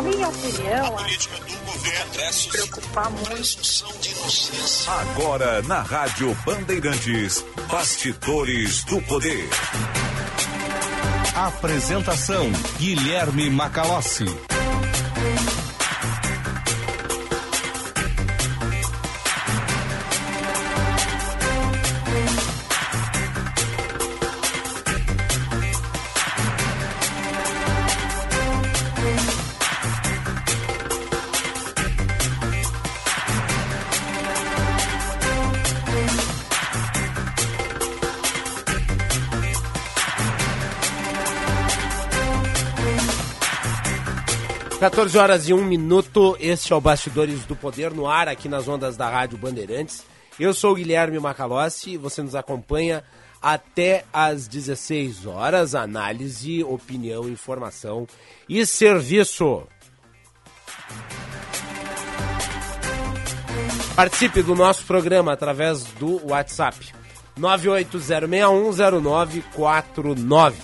minha opinião, a política do governo se preocupar muito. Agora na Rádio Bandeirantes, Bastidores do Poder. Apresentação: Guilherme Macalossi. Quatorze horas e 1 minuto, este é o Bastidores do Poder no ar aqui nas ondas da Rádio Bandeirantes. Eu sou o Guilherme Macalossi e você nos acompanha até às 16 horas. Análise, opinião, informação e serviço. Participe do nosso programa através do WhatsApp 980610949.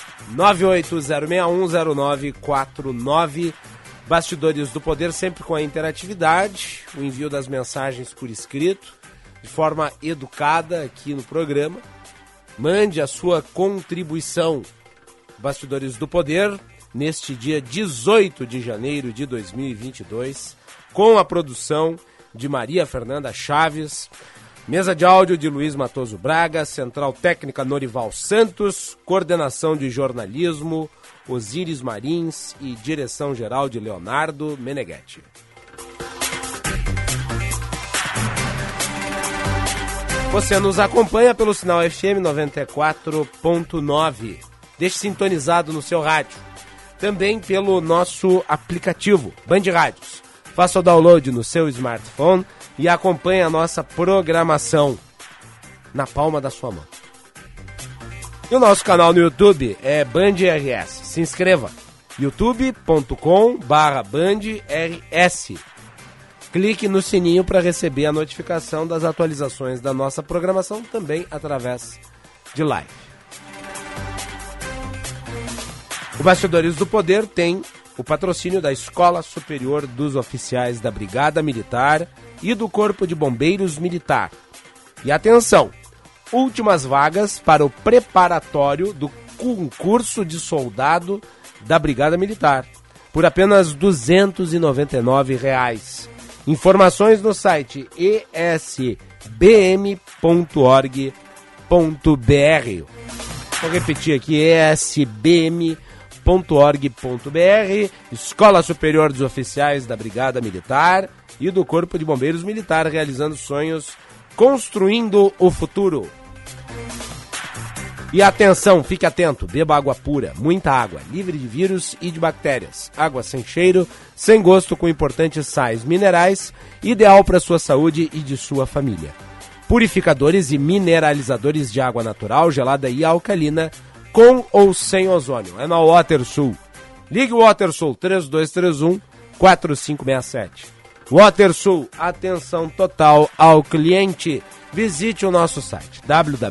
980610949. Bastidores do Poder, sempre com a interatividade, o envio das mensagens por escrito, de forma educada aqui no programa. Mande a sua contribuição. Bastidores do Poder, neste dia 18 de janeiro de 2022, com a produção de Maria Fernanda Chaves, mesa de áudio de Luiz Matoso Braga, central técnica Norival Santos, coordenação de jornalismo Osíris Marins e direção-geral de Leonardo Meneghetti. Você nos acompanha pelo sinal FM 94.9. Deixe sintonizado no seu rádio. Também pelo nosso aplicativo Band Rádios. Faça o download no seu smartphone e acompanhe a nossa programação na palma da sua mão. E o nosso canal no YouTube é Band RS. Se inscreva, youtube.com/BandRS. Clique no sininho para receber a notificação das atualizações da nossa programação, também através de live. O Bastidores do Poder tem o patrocínio da Escola Superior dos Oficiais da Brigada Militar e do Corpo de Bombeiros Militar. E atenção, últimas vagas para o preparatório do concurso de soldado da Brigada Militar, por apenas R$ 299. Informações no site esbm.org.br. Vou repetir aqui, esbm.org.br, Escola Superior dos Oficiais da Brigada Militar e do Corpo de Bombeiros Militar, realizando sonhos, construindo o futuro. E atenção, fique atento, beba água pura, muita água, livre de vírus e de bactérias. Água sem cheiro, sem gosto, com importantes sais minerais, ideal para sua saúde e de sua família. Purificadores e mineralizadores de água natural, gelada e alcalina, com ou sem ozônio. É na WaterSul. Ligue o WaterSul 3231-4567. WaterSul, atenção total ao cliente. Visite o nosso site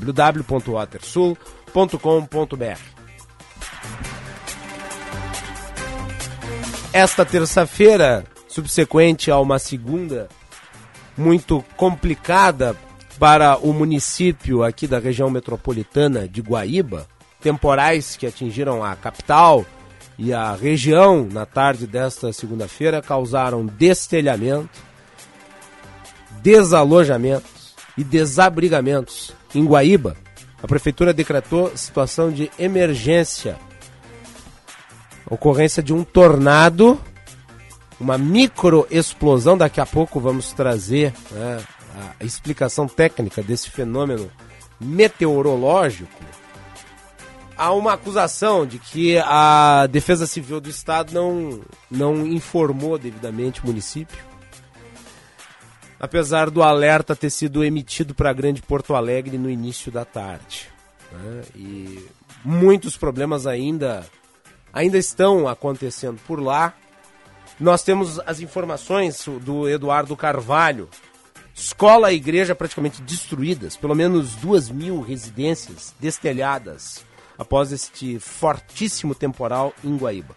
www.watersul.com.br. Esta terça-feira, subsequente a uma segunda muito complicada para o município aqui da região metropolitana de Guaíba, temporais que atingiram a capital e a região na tarde desta segunda-feira causaram destelhamento, desalojamento e desabrigamentos. Em Guaíba, a prefeitura decretou situação de emergência. Ocorrência de um tornado, uma microexplosão. Daqui a pouco vamos trazer a explicação técnica desse fenômeno meteorológico. Há uma acusação de que a Defesa Civil do Estado não informou devidamente o município, apesar do alerta ter sido emitido para a Grande Porto Alegre no início da tarde. E muitos problemas ainda estão acontecendo por lá. Nós temos as informações do Eduardo Carvalho. Escola e igreja praticamente destruídas, pelo menos 2.000 residências destelhadas após este fortíssimo temporal em Guaíba.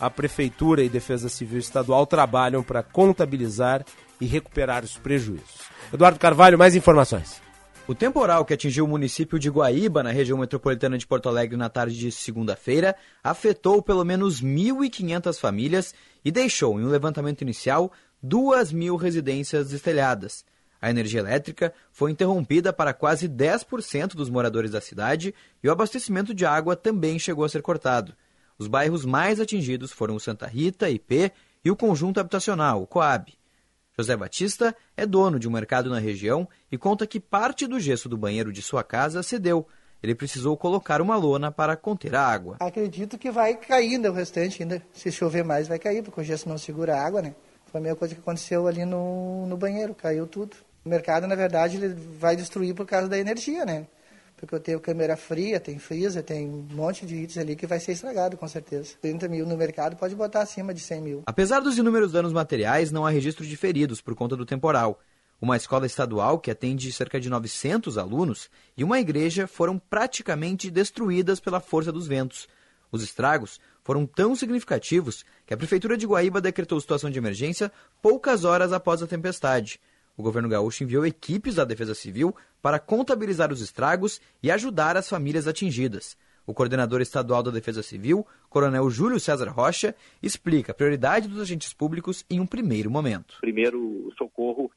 a Prefeitura e Defesa Civil Estadual trabalham para contabilizar e recuperar os prejuízos. Eduardo Carvalho, mais informações. O temporal que atingiu o município de Guaíba, na região metropolitana de Porto Alegre, na tarde de segunda-feira, afetou pelo menos 1.500 famílias e deixou, em um levantamento inicial, 2.000 residências destelhadas. A energia elétrica foi interrompida para quase 10% dos moradores da cidade e o abastecimento de água também chegou a ser cortado. Os bairros mais atingidos foram o Santa Rita, IP e o Conjunto Habitacional, o Coab. José Batista é dono de um mercado na região e conta que parte do gesso do banheiro de sua casa cedeu. Ele precisou colocar uma lona para conter a água. Acredito que vai cair ainda o restante, ainda se chover mais vai cair, porque o gesso não segura a água, né? Foi a mesma coisa que aconteceu ali no banheiro, caiu tudo. O mercado, na verdade, ele vai destruir por causa da energia, né? Porque eu tenho câmera fria, tem freezer, tem um monte de itens ali que vai ser estragado, com certeza. 30 mil no mercado pode botar acima de 100 mil. Apesar dos inúmeros danos materiais, não há registro de feridos por conta do temporal. Uma escola estadual, que atende cerca de 900 alunos, e uma igreja foram praticamente destruídas pela força dos ventos. Os estragos foram tão significativos que a Prefeitura de Guaíba decretou situação de emergência poucas horas após a tempestade. O governo gaúcho enviou equipes da Defesa Civil para contabilizar os estragos e ajudar as famílias atingidas. O coordenador estadual da Defesa Civil, Coronel Júlio César Rocha, explica a prioridade dos agentes públicos em um primeiro momento. Primeiro socorro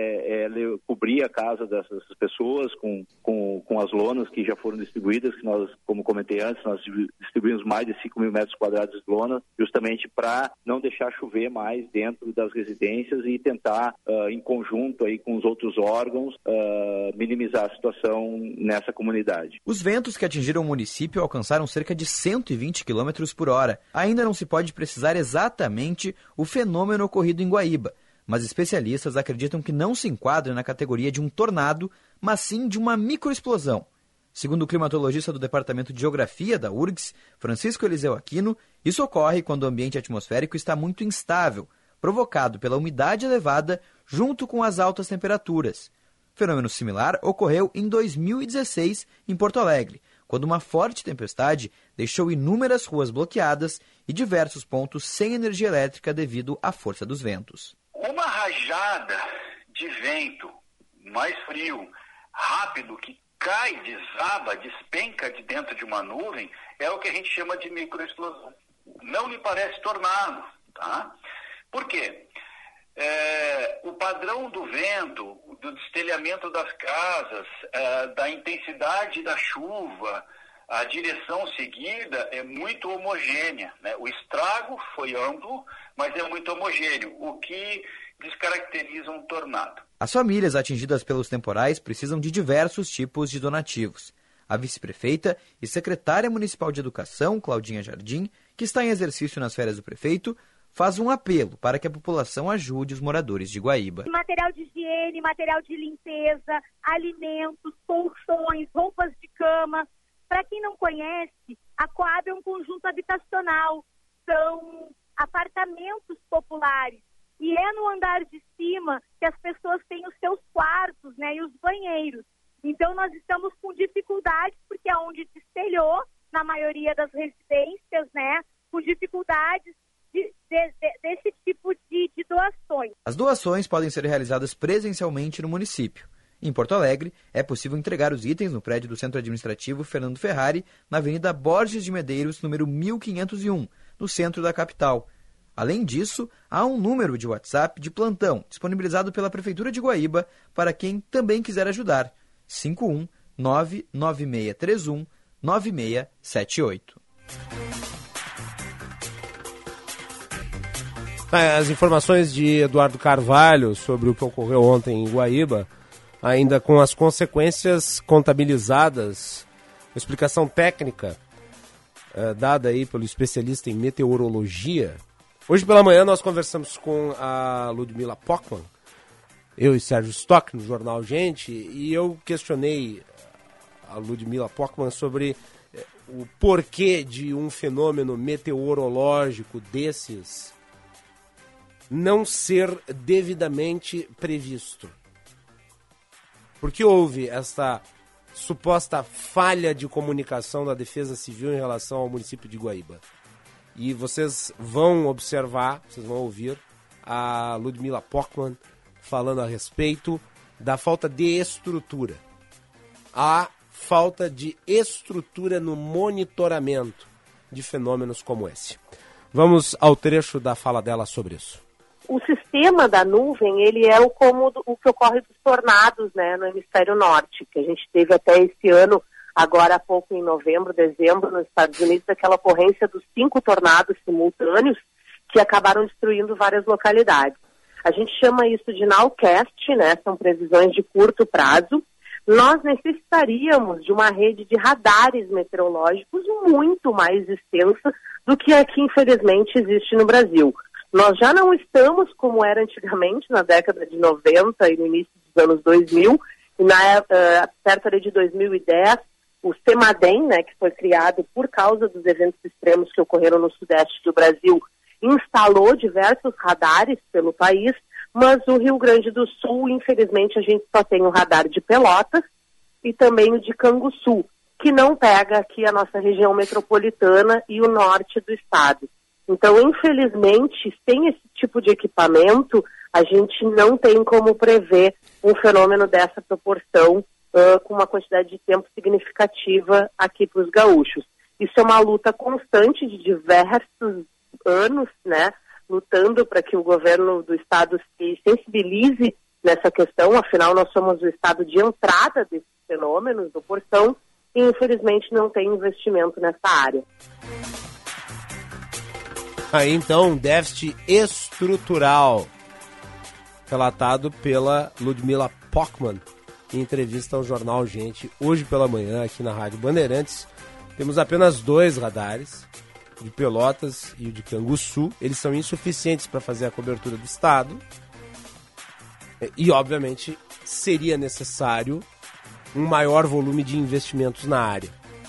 é cobrir a casa dessas pessoas com as lonas que já foram distribuídas, que nós, como comentei antes, nós distribuímos mais de 5 mil metros quadrados de lona, justamente para não deixar chover mais dentro das residências e tentar, em conjunto aí com os outros órgãos, minimizar a situação nessa comunidade. Os ventos que atingiram o município alcançaram cerca de 120 km por hora. Ainda não se pode precisar exatamente o fenômeno ocorrido em Guaíba, mas especialistas acreditam que não se enquadra na categoria de um tornado, mas sim de uma microexplosão. Segundo o climatologista do Departamento de Geografia da URGS, Francisco Eliseu Aquino, isso ocorre quando o ambiente atmosférico está muito instável, provocado pela umidade elevada junto com as altas temperaturas. Fenômeno similar ocorreu em 2016 em Porto Alegre, quando uma forte tempestade deixou inúmeras ruas bloqueadas e diversos pontos sem energia elétrica devido à força dos ventos. Uma rajada de vento mais frio, rápido, que cai, desaba, despenca de dentro de uma nuvem, é o que a gente chama de microexplosão. Não lhe parece tornado, tá? Por quê? O padrão do vento, do destelhamento das casas, da intensidade da chuva, a direção seguida é muito homogênea, né? O estrago foi amplo, mas é muito homogêneo, o que descaracteriza um tornado. As famílias atingidas pelos temporais precisam de diversos tipos de donativos. A vice-prefeita e secretária municipal de educação, Claudinha Jardim, que está em exercício nas férias do prefeito, faz um apelo para que a população ajude os moradores de Guaíba. Material de higiene, material de limpeza, alimentos, colchões, roupas de cama. Para quem não conhece, a Coab é um conjunto habitacional, são apartamentos populares. E é no andar de cima que as pessoas têm os seus quartos, né, e os banheiros. Então nós estamos com dificuldades, porque é onde destelhou, na maioria das residências, né, com dificuldades desse tipo de doações. As doações podem ser realizadas presencialmente no município. Em Porto Alegre, é possível entregar os itens no prédio do Centro Administrativo Fernando Ferrari, na Avenida Borges de Medeiros, número 1501, no centro da capital. Além disso, há um número de WhatsApp de plantão disponibilizado pela Prefeitura de Guaíba para quem também quiser ajudar. 51996319678. As informações de Eduardo Carvalho sobre o que ocorreu ontem em Guaíba, ainda com as consequências contabilizadas, uma explicação técnica dada aí pelo especialista em meteorologia. Hoje pela manhã nós conversamos com a Ludmila Pockmann, eu e Sérgio Stock, no Jornal Gente, e eu questionei a Ludmila Pockmann sobre o porquê de um fenômeno meteorológico desses não ser devidamente previsto. Porque houve esta suposta falha de comunicação da Defesa Civil em relação ao município de Guaíba. E vocês vão observar, vocês vão ouvir a Ludmila Pockmann falando a respeito da falta de estrutura. A falta de estrutura no monitoramento de fenômenos como esse. Vamos ao trecho da fala dela sobre isso. O sistema da nuvem, ele é como o que ocorre dos tornados, né, no hemisfério norte, que a gente teve até esse ano, agora há pouco em novembro, dezembro, nos Estados Unidos, aquela ocorrência dos 5 tornados simultâneos que acabaram destruindo várias localidades. A gente chama isso de nowcast, né, são previsões de curto prazo. Nós necessitaríamos de uma rede de radares meteorológicos muito mais extensa do que a que, infelizmente, existe no Brasil. Nós já não estamos como era antigamente, na década de 90 e no início dos anos 2000, e perto ali de 2010, o CEMADEM, né, que foi criado por causa dos eventos extremos que ocorreram no sudeste do Brasil, instalou diversos radares pelo país, mas o Rio Grande do Sul, infelizmente, a gente só tem o radar de Pelotas e também o de Canguçu, que não pega aqui a nossa região metropolitana e o norte do estado. Então, infelizmente, sem esse tipo de equipamento, a gente não tem como prever um fenômeno dessa proporção com uma quantidade de tempo significativa aqui para os gaúchos. Isso é uma luta constante de diversos anos, né? Lutando para que o governo do estado se sensibilize nessa questão, afinal nós somos o estado de entrada desses fenômenos do porção e infelizmente não tem investimento nessa área. Aí então, déficit estrutural, relatado pela Ludmila Pockmann em entrevista ao jornal Gente, hoje pela manhã aqui na Rádio Bandeirantes. Temos apenas 2 radares, de Pelotas e o de Canguçu. Eles são insuficientes para fazer a cobertura do estado e, obviamente, seria necessário um maior volume de investimentos na área.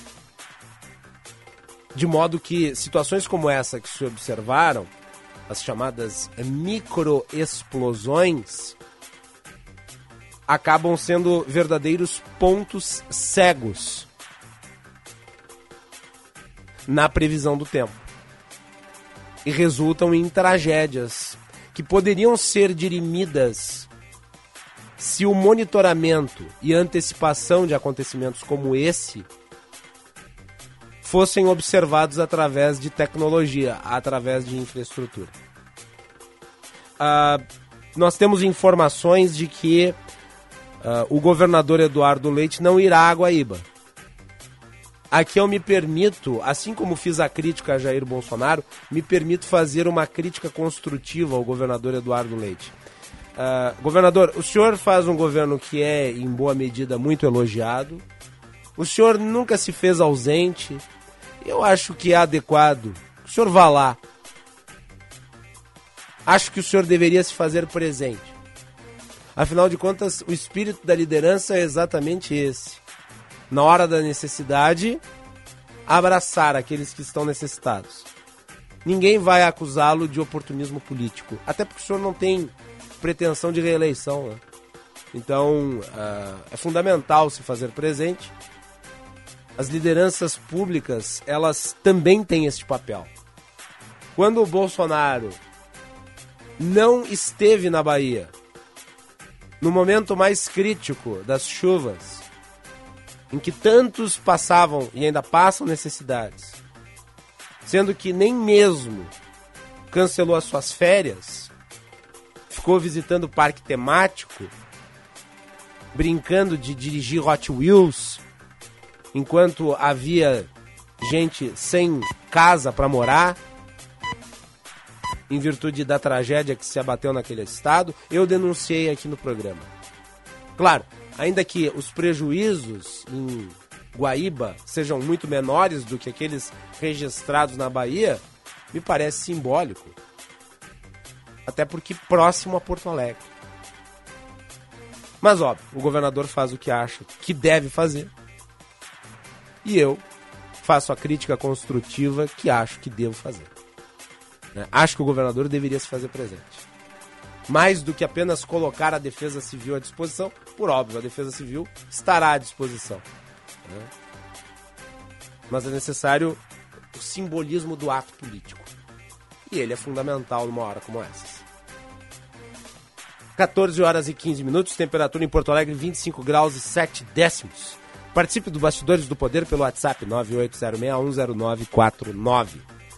De modo que situações como essa que se observaram, as chamadas microexplosões, acabam sendo verdadeiros pontos cegos na previsão do tempo e resultam em tragédias que poderiam ser dirimidas se o monitoramento e antecipação de acontecimentos como esse fossem observados através de tecnologia, através de infraestrutura. Nós temos informações de que o governador Eduardo Leite não irá a Guaíba. Aqui eu me permito, assim como fiz a crítica a Jair Bolsonaro, me permito fazer uma crítica construtiva ao governador Eduardo Leite. Governador, o senhor faz um governo que é, em boa medida, muito elogiado. O senhor nunca se fez ausente. Eu acho que é adequado. O senhor vá lá. Acho que o senhor deveria se fazer presente. Afinal de contas, o espírito da liderança é exatamente esse. Na hora da necessidade, abraçar aqueles que estão necessitados. Ninguém vai acusá-lo de oportunismo político. Até porque o senhor não tem pretensão de reeleição, né? Então, é fundamental se fazer presente. As lideranças públicas, elas também têm este papel. Quando o Bolsonaro não esteve na Bahia, no momento mais crítico das chuvas, em que tantos passavam e ainda passam necessidades, sendo que nem mesmo cancelou as suas férias, ficou visitando o parque temático, brincando de dirigir Hot Wheels, enquanto havia gente sem casa para morar, em virtude da tragédia que se abateu naquele estado, eu denunciei aqui no programa. Claro, ainda que os prejuízos em Guaíba sejam muito menores do que aqueles registrados na Bahia, me parece simbólico. Até porque próximo a Porto Alegre. Mas óbvio, o governador faz o que acha que deve fazer. E eu faço a crítica construtiva que acho que devo fazer. Acho que o governador deveria se fazer presente. Mais do que apenas colocar a Defesa Civil à disposição, por óbvio, a Defesa Civil estará à disposição. Mas é necessário o simbolismo do ato político. E ele é fundamental numa hora como essa. 14 horas e 15 minutos, temperatura em Porto Alegre 25 graus e 7 décimos. Participe do Bastidores do Poder pelo WhatsApp 980610949.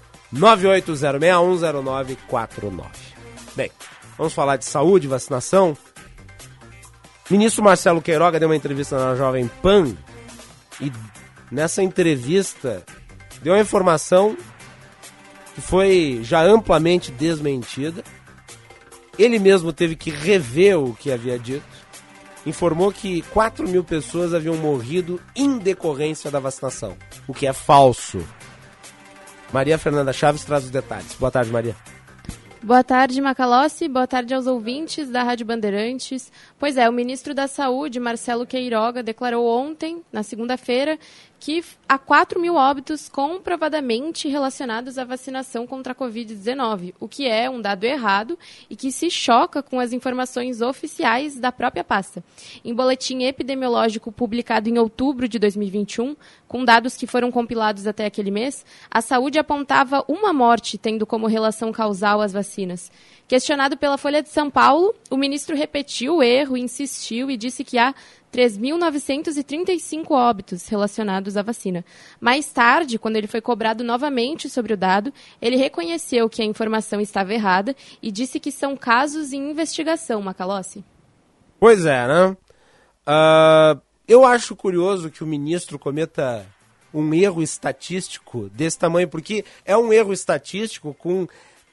980610949. Bem, vamos falar de saúde, vacinação. Ministro Marcelo Queiroga deu uma entrevista na Jovem Pan e nessa entrevista deu uma informação que foi já amplamente desmentida. Ele mesmo teve que rever o que havia dito. Informou que 4 mil pessoas haviam morrido em decorrência da vacinação, o que é falso. Maria Fernanda Chaves traz os detalhes. Boa tarde, Maria. Boa tarde, Macalossi. Boa tarde aos ouvintes da Rádio Bandeirantes. Pois é, o ministro da Saúde, Marcelo Queiroga, declarou ontem, na segunda-feira, que há 4 mil óbitos comprovadamente relacionados à vacinação contra a Covid-19, o que é um dado errado e que se choca com as informações oficiais da própria pasta. Em boletim epidemiológico publicado em outubro de 2021, com dados que foram compilados até aquele mês, a saúde apontava uma morte tendo como relação causal as vacinas. Questionado pela Folha de São Paulo, o ministro repetiu o erro, insistiu e disse que há 3.935 óbitos relacionados à vacina. Mais tarde, quando ele foi cobrado novamente sobre o dado, ele reconheceu que a informação estava errada e disse que são casos em investigação, Macalossi. Pois é, né? Eu acho curioso que o ministro cometa um erro estatístico desse tamanho, porque é um erro estatístico com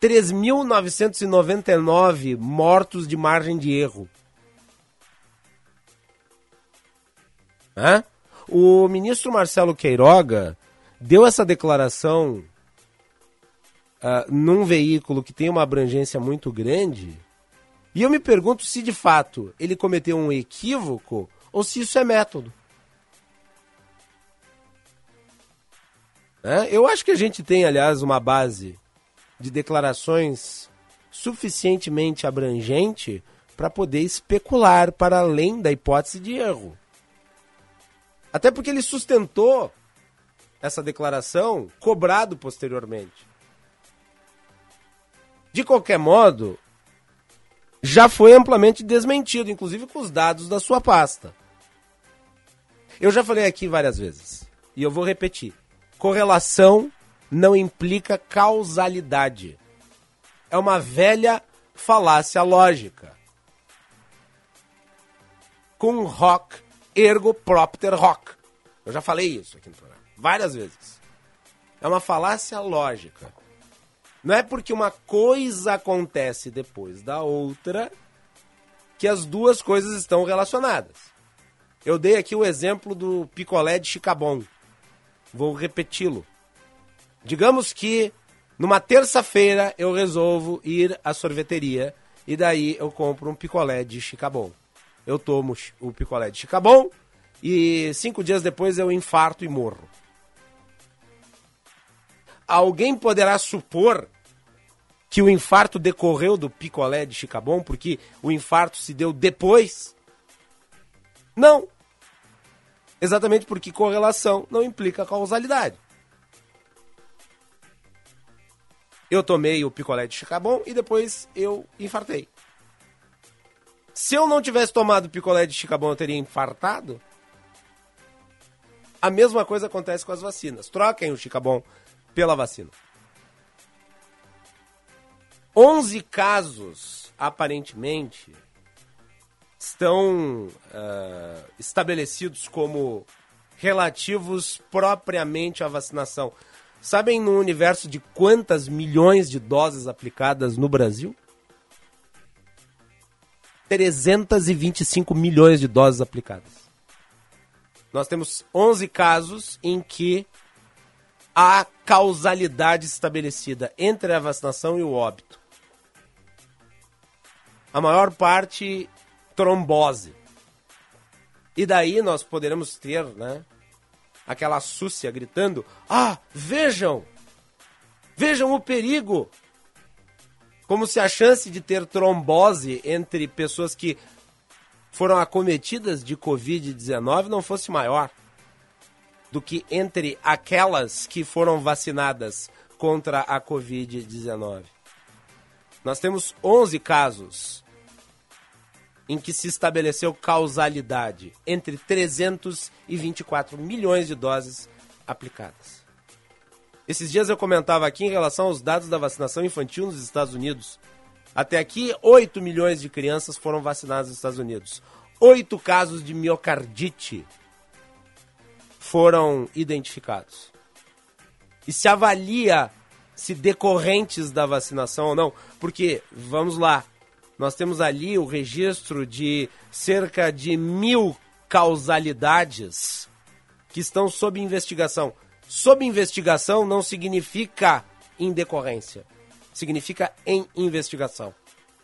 3.999 mortos de margem de erro. O ministro Marcelo Queiroga deu essa declaração num veículo que tem uma abrangência muito grande, e eu me pergunto se de fato ele cometeu um equívoco ou se isso é método. Eu acho que a gente tem, aliás, uma base de declarações suficientemente abrangente para poder especular para além da hipótese de erro. Até porque ele sustentou essa declaração cobrado posteriormente. De qualquer modo, já foi amplamente desmentido, inclusive com os dados da sua pasta. Eu já falei aqui várias vezes, e eu vou repetir. Correlação não implica causalidade. É uma velha falácia lógica. Cum hoc ergo propter hoc. Eu já falei isso aqui no programa várias vezes. É uma falácia lógica. Não é porque uma coisa acontece depois da outra que as duas coisas estão relacionadas. Eu dei aqui o exemplo do picolé de Chicabon. Vou repeti-lo. Digamos que numa terça-feira eu resolvo ir à sorveteria e daí eu compro um picolé de Chicabon. Eu tomo o picolé de Chicabon e 5 dias depois eu infarto e morro. Alguém poderá supor que o infarto decorreu do picolé de Chicabon porque o infarto se deu depois? Não. Exatamente porque correlação não implica causalidade. Eu tomei o picolé de Chicabon e depois eu infartei. Se eu não tivesse tomado o picolé de Chicabon, eu teria infartado? A mesma coisa acontece com as vacinas. Troquem o Chicabon pela vacina. 11 casos, aparentemente, estão estabelecidos como relativos propriamente à vacinação. Sabem no universo de quantas milhões de doses aplicadas no Brasil? 325 milhões de doses aplicadas. Nós temos 11 casos em que há causalidade estabelecida entre a vacinação e o óbito. A maior parte, trombose. E daí nós poderemos ter, aquela súcia gritando, vejam o perigo. Como se a chance de ter trombose entre pessoas que foram acometidas de Covid-19 não fosse maior. do que entre aquelas que foram vacinadas contra a Covid-19. Nós temos 11 casos em que se estabeleceu causalidade entre 324 milhões de doses aplicadas. Esses dias eu comentava aqui em relação aos dados da vacinação infantil nos Estados Unidos. Até aqui, 8 milhões de crianças foram vacinadas nos Estados Unidos. 8 casos de miocardite foram identificados. E se avalia se decorrentes da vacinação ou não, porque, vamos lá, nós temos ali o registro de cerca de 1.000 causalidades que estão sob investigação. Sob investigação não significa em decorrência, significa em investigação.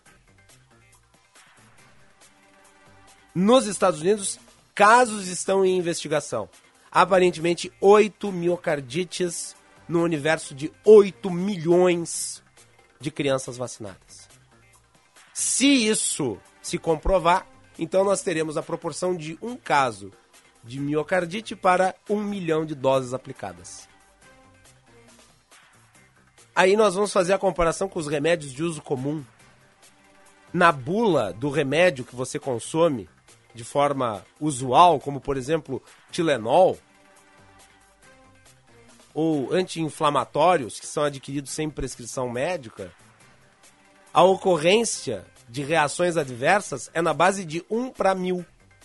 Nos Estados Unidos, casos estão em investigação. Aparentemente, 8 miocardites no universo de 8 milhões de crianças vacinadas. Se isso se comprovar, então nós teremos a proporção de um caso de miocardite para 1 milhão de doses aplicadas. Aí nós vamos fazer a comparação com os remédios de uso comum. Na bula do remédio que você consome de forma usual, como por exemplo Tilenol, ou anti-inflamatórios que são adquiridos sem prescrição médica, a ocorrência de reações adversas é na base de 1 para 1.000.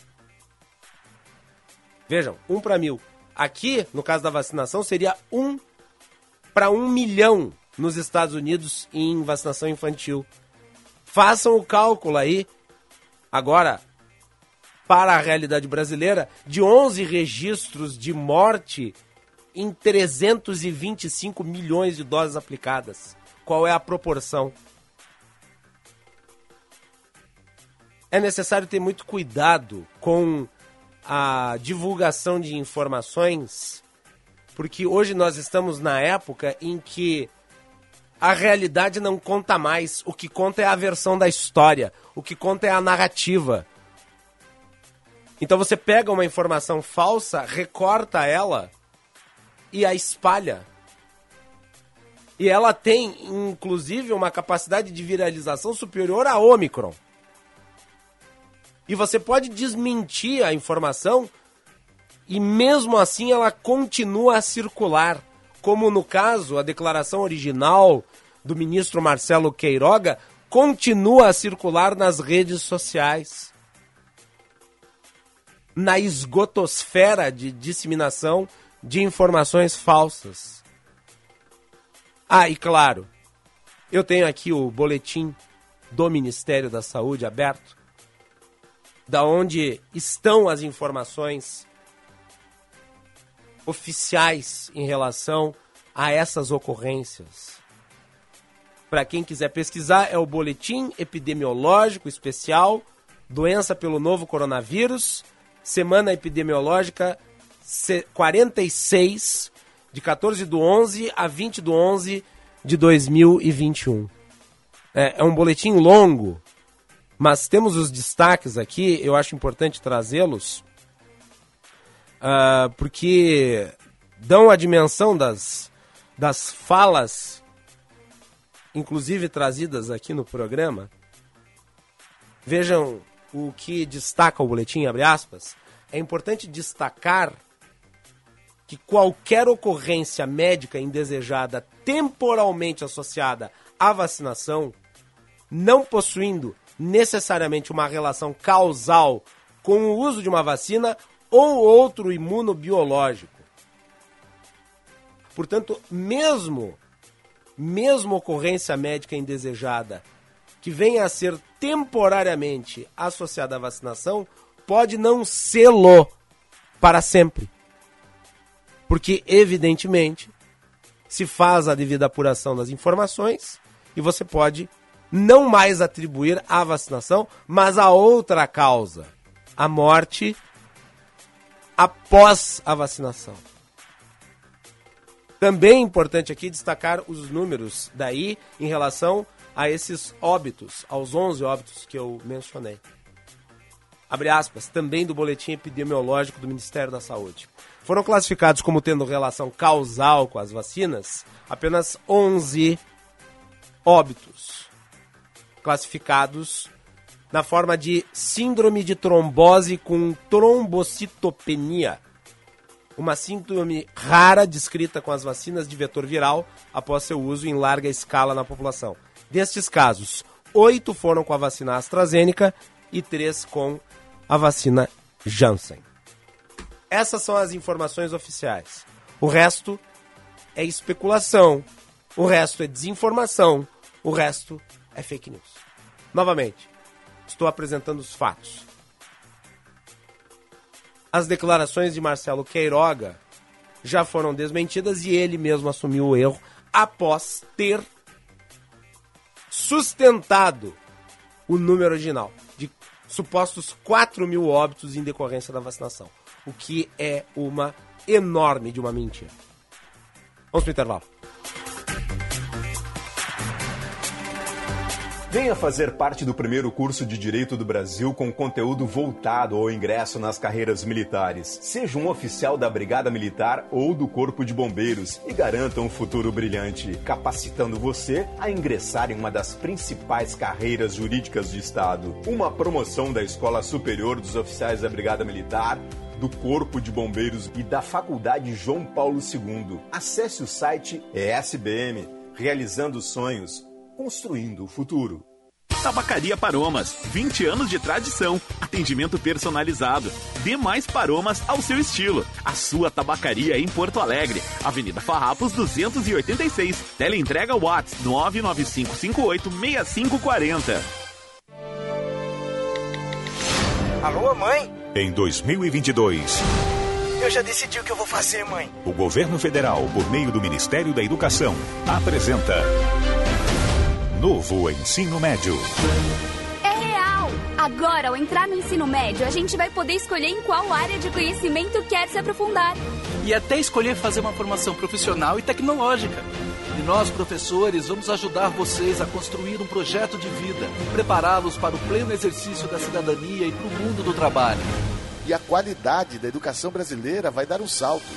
Vejam, 1 para 1.000. Aqui, no caso da vacinação, seria 1 para 1 milhão nos Estados Unidos em vacinação infantil. Façam o cálculo aí, agora, para a realidade brasileira, de 11 registros de morte em 325 milhões de doses aplicadas. Qual é a proporção? É necessário ter muito cuidado com a divulgação de informações, porque hoje nós estamos na época em que a realidade não conta mais. O que conta é a versão da história, o que conta é a narrativa. Então você pega uma informação falsa, recorta ela e a espalha. E ela tem, inclusive, uma capacidade de viralização superior à Ômicron. E você pode desmentir a informação e mesmo assim ela continua a circular. Como no caso, a declaração original do ministro Marcelo Queiroga continua a circular nas redes sociais. Na esgotosfera de disseminação de informações falsas. Ah, e claro, eu tenho aqui o boletim do Ministério da Saúde aberto, da onde estão as informações oficiais em relação a essas ocorrências. Para quem quiser pesquisar, é o Boletim Epidemiológico Especial, Doença pelo Novo Coronavírus, Semana Epidemiológica 46, de 14/11 a 20/11 de 2021. É um boletim longo, mas temos os destaques aqui, eu acho importante trazê-los, porque dão a dimensão das falas, inclusive trazidas aqui no programa. Vejam o que destaca o boletim, abre aspas. É importante destacar que qualquer ocorrência médica indesejada temporalmente associada à vacinação, não possuindo necessariamente uma relação causal com o uso de uma vacina ou outro imunobiológico. Portanto, mesmo ocorrência médica indesejada que venha a ser temporariamente associada à vacinação, pode não sê-lo para sempre. Porque, evidentemente, se faz a devida apuração das informações e você pode não mais atribuir à vacinação, mas a outra causa, a morte após a vacinação. Também é importante aqui destacar os números daí em relação a esses óbitos, aos 11 óbitos que eu mencionei. abre aspas, também do boletim epidemiológico do Ministério da Saúde. Foram classificados como tendo relação causal com as vacinas apenas 11 óbitos, classificados na forma de síndrome de trombose com trombocitopenia, uma síndrome rara descrita com as vacinas de vetor viral após seu uso em larga escala na população. Destes casos, 8 foram com a vacina AstraZeneca e 3 com a vacina Janssen. Essas são as informações oficiais. O resto é especulação, o resto é desinformação, o resto é fake news. Novamente, estou apresentando os fatos. As declarações de Marcelo Queiroga já foram desmentidas e ele mesmo assumiu o erro após ter sustentado o número original de supostos 4.000 óbitos em decorrência da vacinação, o que é uma enorme de uma mentira. Vamos para o intervalo. Venha fazer parte do primeiro curso de Direito do Brasil com conteúdo voltado ao ingresso nas carreiras militares. Seja um oficial da Brigada Militar ou do Corpo de Bombeiros e garanta um futuro brilhante, capacitando você a ingressar em uma das principais carreiras jurídicas do Estado. Uma promoção da Escola Superior dos Oficiais da Brigada Militar, do Corpo de Bombeiros e da Faculdade João Paulo II. Acesse o site ESBM, realizando sonhos, construindo o futuro. Tabacaria Paromas, 20 anos de tradição, atendimento personalizado. Dê mais Paromas ao seu estilo. A sua tabacaria em Porto Alegre, Avenida Farrapos 286. Teleentrega WhatsApp 995586540. Alô, mãe? Em 2022... Eu já decidi o que eu vou fazer, mãe. O governo federal, por meio do Ministério da Educação, apresenta Novo Ensino Médio. É real! Agora, ao entrar no ensino médio, a gente vai poder escolher em qual área de conhecimento quer se aprofundar. E até escolher fazer uma formação profissional e tecnológica. E nós, professores, vamos ajudar vocês a construir um projeto de vida, prepará-los para o pleno exercício da cidadania e para o mundo do trabalho. E a qualidade da educação brasileira vai dar um salto.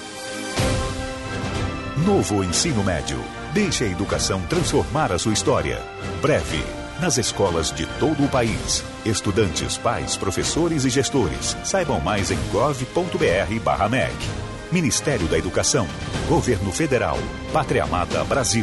Novo Ensino Médio. Deixe a educação transformar a sua história. Breve, nas escolas de todo o país. Estudantes, pais, professores e gestores. Saibam mais em gov.br/MEC. Ministério da Educação. Governo Federal. Pátria Amada Brasil.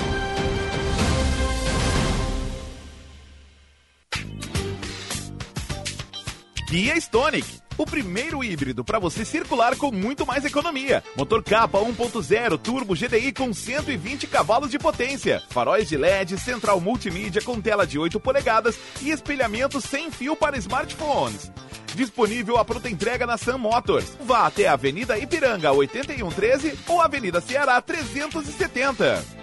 Kia Stonic, o primeiro híbrido para você circular com muito mais economia. Motor capa 1.0 turbo GDI com 120 cavalos de potência. Faróis de LED, central multimídia com tela de 8 polegadas e espelhamento sem fio para smartphones. Disponível a pronta entrega na Sam Motors. Vá até a Avenida Ipiranga 8113 ou Avenida Ceará 370.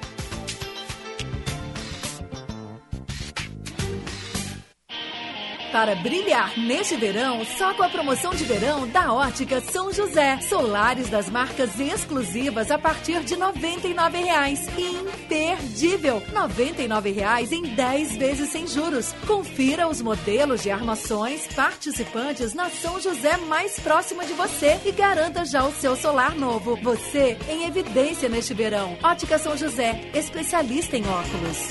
Para brilhar neste verão, só com a promoção de verão da Ótica São José. Solares das marcas exclusivas a partir de R$ 99,00. Imperdível! R$ 99,00 em 10 vezes sem juros. Confira os modelos de armações participantes na São José mais próxima de você e garanta já o seu solar novo. Você em evidência neste verão. Ótica São José, especialista em óculos.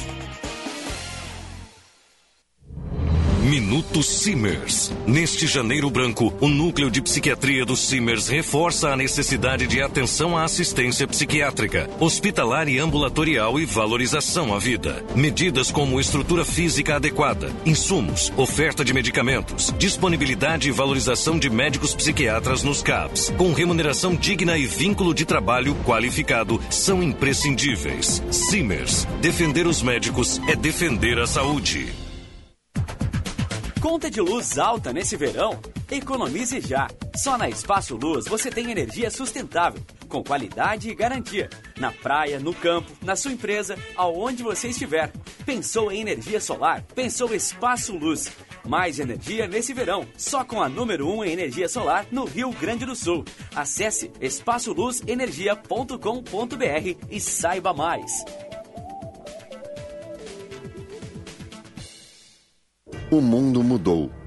Minuto Simers. Neste janeiro branco, o Núcleo de Psiquiatria do Simers reforça a necessidade de atenção à assistência psiquiátrica, hospitalar e ambulatorial e valorização à vida. Medidas como estrutura física adequada, insumos, oferta de medicamentos, disponibilidade e valorização de médicos psiquiatras nos CAPs, com remuneração digna e vínculo de trabalho qualificado, são imprescindíveis. Simers. Defender os médicos é defender a saúde. Conta de luz alta nesse verão? Economize já! Só na Espaço Luz você tem energia sustentável, com qualidade e garantia. Na praia, no campo, na sua empresa, aonde você estiver. Pensou em energia solar? Pensou Espaço Luz. Mais energia nesse verão, só com a número 1 em energia solar no Rio Grande do Sul. Acesse espaçoluzenergia.com.br e saiba mais. O mundo mudou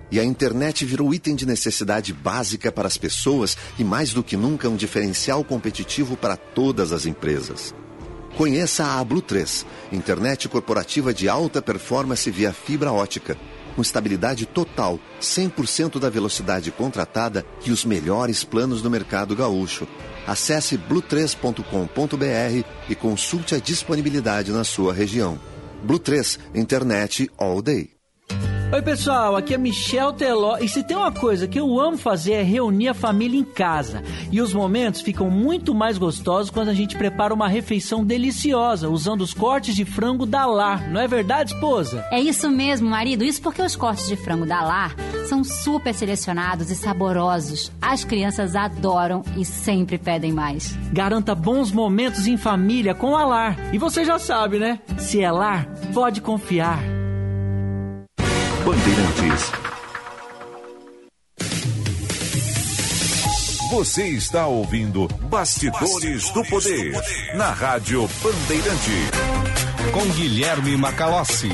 E a internet virou item de necessidade básica para as pessoas e, mais do que nunca, um diferencial competitivo para todas as empresas. Conheça a Blue 3, internet corporativa de alta performance via fibra ótica, com estabilidade total, 100% da velocidade contratada e os melhores planos do mercado gaúcho. Acesse blue3.com.br e consulte a disponibilidade na sua região. Blue 3, internet all day. Oi pessoal, aqui é Michel Teló e se tem uma coisa que eu amo fazer é reunir a família em casa. E os momentos ficam muito mais gostosos quando a gente prepara uma refeição deliciosa usando os cortes de frango da Lar. Não é verdade, esposa? É isso mesmo, marido. Isso porque os cortes de frango da Lar são super selecionados e saborosos. As crianças adoram e sempre pedem mais. Garanta bons momentos em família com a Lar. E você já sabe, né? Se é Lar, pode confiar. Bandeirantes. Você está ouvindo Bastidores do Poder, na Rádio Bandeirante. Com Guilherme Macalossi.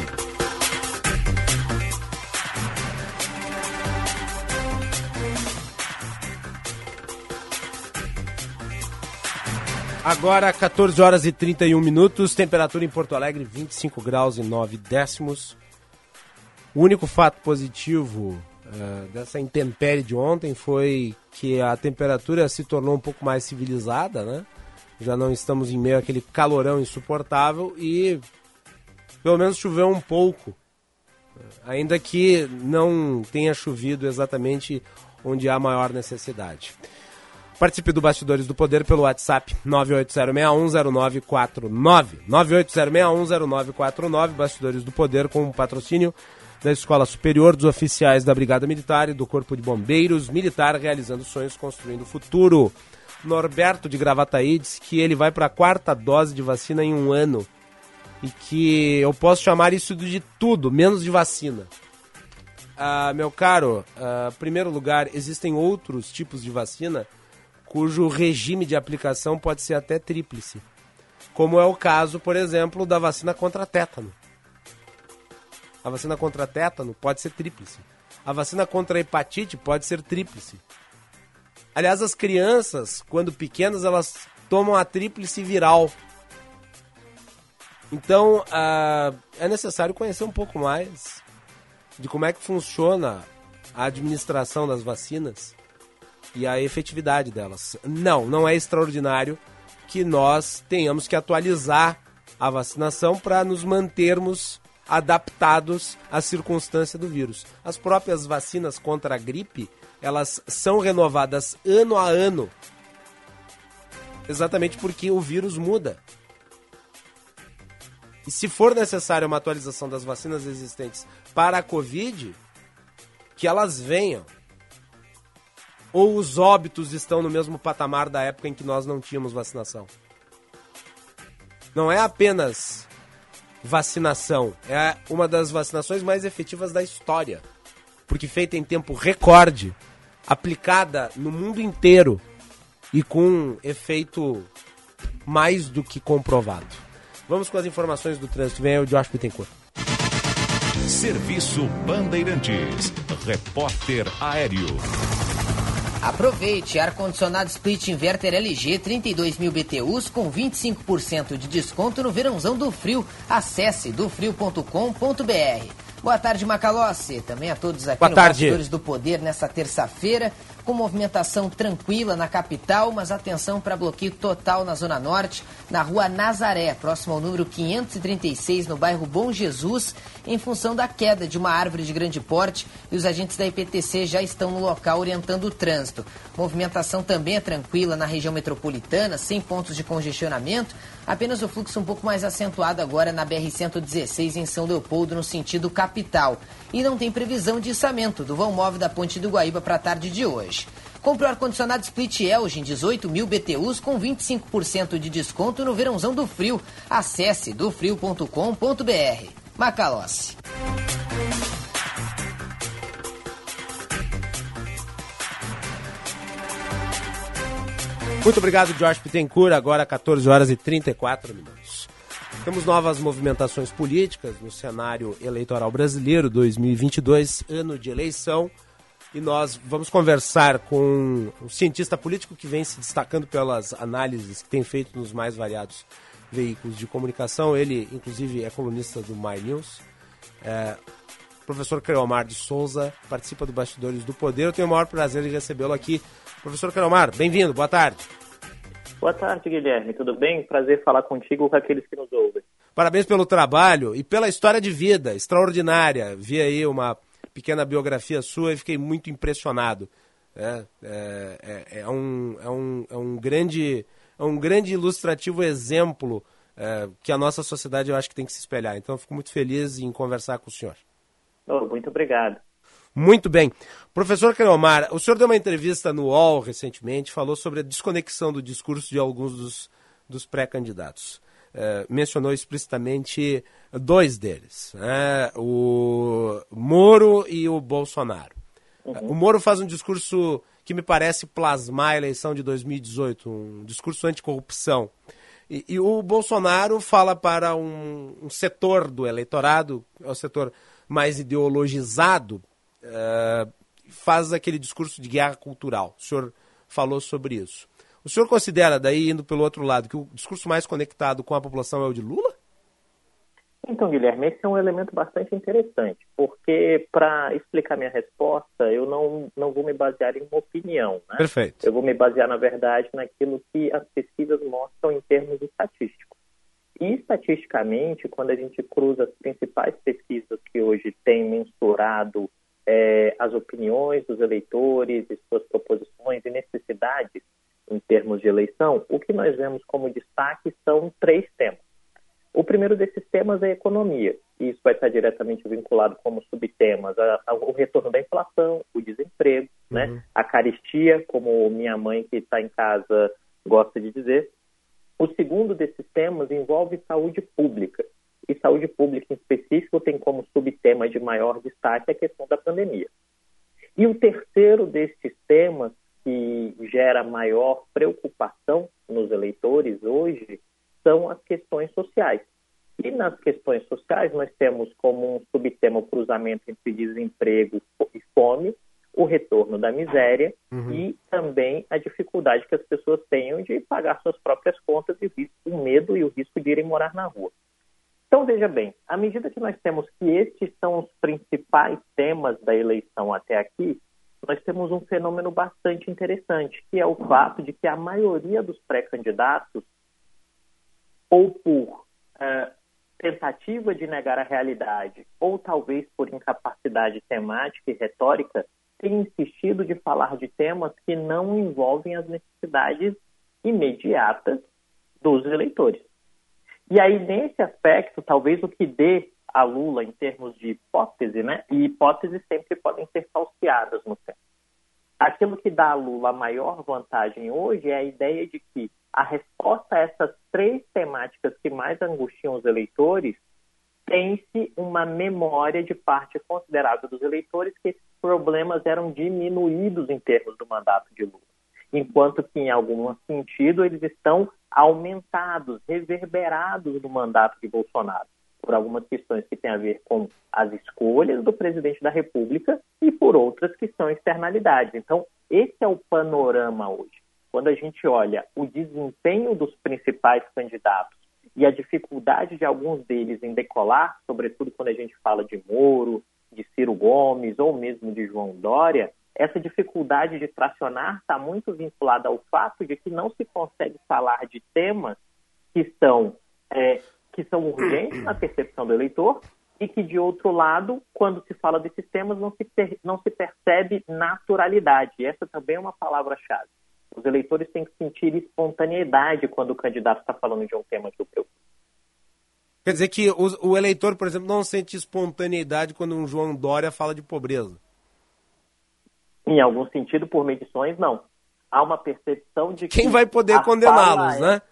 Agora, 14 horas e 31 minutos, temperatura em Porto Alegre, 25 graus e 9 décimos. O único fato positivo dessa intempérie de ontem foi que a temperatura se tornou um pouco mais civilizada, né? Já não estamos em meio àquele calorão insuportável e pelo menos choveu um pouco, ainda que não tenha chovido exatamente onde há maior necessidade. Participe do Bastidores do Poder pelo WhatsApp 980610949, 980610949, Bastidores do Poder com o patrocínio da Escola Superior dos Oficiais da Brigada Militar e do Corpo de Bombeiros Militar, realizando sonhos, construindo o futuro. Norberto de Gravataí diz que ele vai para a 4ª dose de vacina em um ano e que eu posso chamar isso de tudo, menos de vacina. Meu caro, em primeiro lugar, existem outros tipos de vacina cujo regime de aplicação pode ser até tríplice, como é o caso, por exemplo, da vacina contra tétano. A vacina contra tétano pode ser tríplice. A vacina contra hepatite pode ser tríplice. Aliás, as crianças, quando pequenas, elas tomam a tríplice viral. Então, é necessário conhecer um pouco mais de como é que funciona a administração das vacinas e a efetividade delas. Não é extraordinário que nós tenhamos que atualizar a vacinação para nos mantermos adaptados à circunstância do vírus. As próprias vacinas contra a gripe, elas são renovadas ano a ano, exatamente porque o vírus muda. E se for necessária uma atualização das vacinas existentes para a Covid, que elas venham. Ou os óbitos estão no mesmo patamar da época em que nós não tínhamos vacinação. Não é apenas vacinação, é uma das vacinações mais efetivas da história, porque feita em tempo recorde, aplicada no mundo inteiro e com efeito mais do que comprovado. Vamos com as informações do trânsito. Vem aí o Josh Bittencourt. Serviço Bandeirantes. Repórter Aéreo. Aproveite, ar-condicionado split inverter LG 32.000 BTUs com 25% de desconto no verãozão do frio. Acesse dofrio.com.br. Boa tarde, Macalossi. Também a todos aqui no Bastidores do Poder nessa terça-feira, com movimentação tranquila na capital, mas atenção para bloqueio total na Zona Norte, na rua Nazaré, próximo ao número 536, no bairro Bom Jesus, em função da queda de uma árvore de grande porte, e os agentes da IPTC já estão no local orientando o trânsito. Movimentação também é tranquila na região metropolitana, sem pontos de congestionamento, apenas o fluxo um pouco mais acentuado agora na BR-116 em São Leopoldo, no sentido capital. E não tem previsão de içamento do vão móvel da Ponte do Guaíba para a tarde de hoje. Compre o ar-condicionado Split Elgin 18.000 BTUs com 25% de desconto no verãozão do frio. Acesse dofrio.com.br. Macalossi. Muito obrigado, Josh Bittencourt. Agora 14 horas e 34 minutos. Temos novas movimentações políticas no cenário eleitoral brasileiro, 2022, ano de eleição, e nós vamos conversar com um cientista político que vem se destacando pelas análises que tem feito nos mais variados veículos de comunicação. Ele, inclusive, é colunista do My News. Professor Cleomar de Souza, participa do Bastidores do Poder. Eu tenho o maior prazer de recebê-lo aqui. Professor Cleomar, bem-vindo, boa tarde. Boa tarde, Guilherme. Tudo bem? Prazer falar contigo com aqueles que nos ouvem. Parabéns pelo trabalho e pela história de vida extraordinária. Vi aí uma pequena biografia sua e fiquei muito impressionado. É um grande ilustrativo exemplo que a nossa sociedade, eu acho, que tem que se espelhar. Então, eu fico muito feliz em conversar com o senhor. Muito obrigado. Muito bem. Professor Cleomar, o senhor deu uma entrevista no UOL recentemente, falou sobre a desconexão do discurso de alguns dos pré-candidatos. Mencionou explicitamente dois deles, o Moro e o Bolsonaro. O Moro faz um discurso que me parece plasmar a eleição de 2018, um discurso anticorrupção. E o Bolsonaro fala para um setor do eleitorado, é o setor mais ideologizado, faz aquele discurso de guerra cultural. O senhor falou sobre isso. O senhor considera, daí, indo pelo outro lado, que o discurso mais conectado com a população é o de Lula? Então, Guilherme, esse é um elemento bastante interessante, porque, para explicar minha resposta, eu não vou me basear em uma opinião, né? Perfeito. Eu vou me basear, na verdade, naquilo que as pesquisas mostram em termos estatísticos. E, estatisticamente, quando a gente cruza as principais pesquisas que hoje têm mensurado as opiniões dos eleitores e suas proposições e necessidades em termos de eleição, o que nós vemos como destaque são 3 temas. O primeiro desses temas é a economia, e isso vai estar diretamente vinculado como subtemas ao retorno da inflação, o desemprego, né? A carestia, como minha mãe que está em casa gosta de dizer. O segundo desses temas envolve saúde pública, e saúde pública em específico tem como subtema de maior destaque a questão da pandemia. E o terceiro desses temas, que gera maior preocupação nos eleitores hoje, são as questões sociais. E nas questões sociais nós temos como um subtema o cruzamento entre desemprego e fome, o retorno da miséria e também a dificuldade que as pessoas tenham de pagar suas próprias contas e o medo e o risco de irem morar na rua. Então, veja bem, à medida que nós temos que estes são os principais temas da eleição até aqui, nós temos um fenômeno bastante interessante, que é o fato de que a maioria dos pré-candidatos, ou por tentativa de negar a realidade, ou talvez por incapacidade temática e retórica, tem insistido de falar de temas que não envolvem as necessidades imediatas dos eleitores. E aí, nesse aspecto, talvez o que dê a Lula, em termos de hipótese, né? E hipóteses sempre podem ser falseadas no tempo. Aquilo que dá a Lula a maior vantagem hoje é a ideia de que a resposta a essas 3 temáticas que mais angustiam os eleitores tem-se uma memória de parte considerável dos eleitores que esses problemas eram diminuídos em termos do mandato de Lula, enquanto que, em algum sentido, eles estão aumentados, reverberados no mandato de Bolsonaro, por algumas questões que têm a ver com as escolhas do presidente da República e por outras que são externalidades. Então, esse é o panorama hoje. Quando a gente olha o desempenho dos principais candidatos e a dificuldade de alguns deles em decolar, sobretudo quando a gente fala de Moro, de Ciro Gomes ou mesmo de João Dória, essa dificuldade de tracionar está muito vinculada ao fato de que não se consegue falar de temas que são urgentes na percepção do eleitor e que, de outro lado, quando se fala desses temas, não se percebe naturalidade. E essa também é uma palavra-chave. Os eleitores têm que sentir espontaneidade quando o candidato está falando de um tema que o preocupa. Quer dizer que o eleitor, por exemplo, não sente espontaneidade quando um João Dória fala de pobreza? Em algum sentido, por medições, não. Há uma percepção de que... Quem vai poder condená-los, né?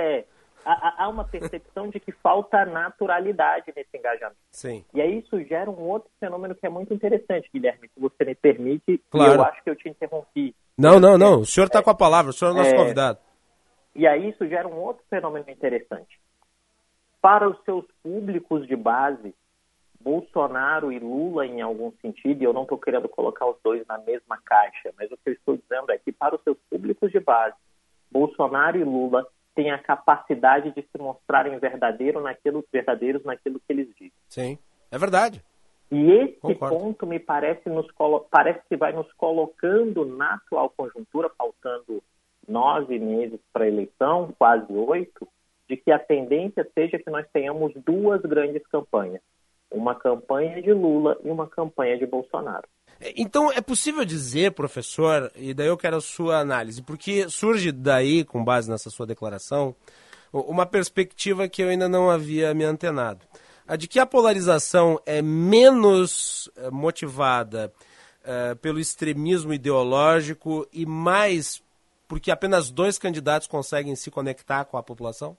Há uma percepção de que falta naturalidade nesse engajamento. Sim. E aí isso gera um outro fenômeno que é muito interessante, Guilherme, se você me permite, claro. E eu acho que eu te interrompi. Não. O senhor está com a palavra, o senhor é o nosso convidado. E aí isso gera um outro fenômeno interessante. Para os seus públicos de base, Bolsonaro e Lula, em algum sentido, e eu não estou querendo colocar os dois na mesma caixa, mas o que eu estou dizendo é que para os seus públicos de base, Bolsonaro e Lula têm a capacidade de se mostrarem verdadeiros naquilo que eles dizem. Sim, é verdade. E esse Concordo. ponto me parece que vai nos colocando na atual conjuntura, faltando 9 meses para a eleição, quase 8, de que a tendência seja que nós tenhamos 2 grandes campanhas. Uma campanha de Lula e uma campanha de Bolsonaro. Então, é possível dizer, professor, e daí eu quero a sua análise, porque surge daí, com base nessa sua declaração, uma perspectiva que eu ainda não havia me antenado. A de que a polarização é menos motivada pelo extremismo ideológico e mais porque apenas 2 candidatos conseguem se conectar com a população?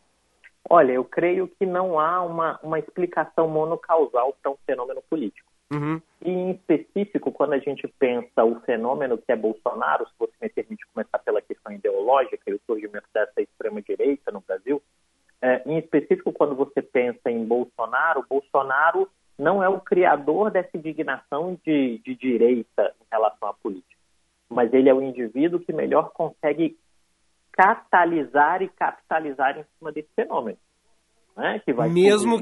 Olha, eu creio que não há uma explicação monocausal para um fenômeno político. Uhum. E, em específico, quando a gente pensa o fenômeno que é Bolsonaro, se você me permite começar pela questão ideológica e o surgimento dessa extrema-direita no Brasil, em específico, quando você pensa em Bolsonaro, Bolsonaro não é o criador dessa indignação de direita em relação à política, mas ele é o indivíduo que melhor consegue catalisar e capitalizar em cima desse fenômeno. Né? Que vai mesmo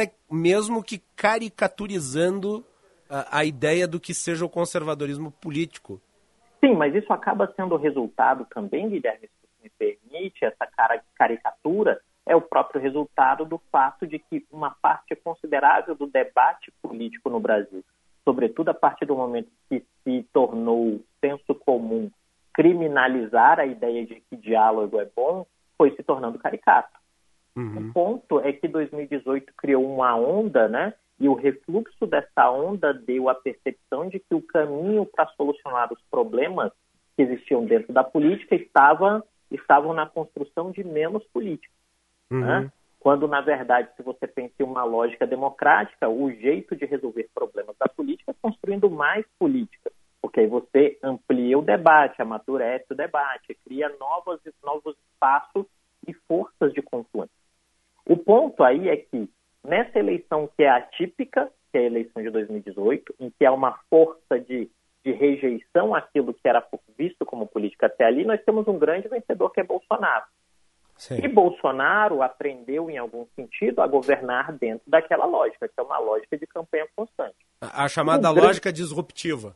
que caricaturizando a ideia do que seja o conservadorismo político. Sim, mas isso acaba sendo o resultado também, Guilherme, se você me permite, essa caricatura é o próprio resultado do fato de que uma parte considerável do debate político no Brasil, sobretudo a partir do momento que se tornou senso comum criminalizar a ideia de que diálogo é bom, foi se tornando caricato. Uhum. O ponto é que 2018 criou uma onda, né? E o refluxo dessa onda deu a percepção de que o caminho para solucionar os problemas que existiam dentro da política estavam na construção de menos política. Uhum. Né? Quando, na verdade, se você pensa em uma lógica democrática, o jeito de resolver problemas da política é construindo mais política. Porque aí você amplia o debate, amadurece o debate, cria novos espaços e forças de confluência. O ponto aí é que, nessa eleição que é atípica, que é a eleição de 2018, em que há uma força de rejeição àquilo que era visto como política até ali, nós temos um grande vencedor que é Bolsonaro. Sim. E Bolsonaro aprendeu, em algum sentido, a governar dentro daquela lógica, que é uma lógica de campanha constante. A chamada lógica disruptiva.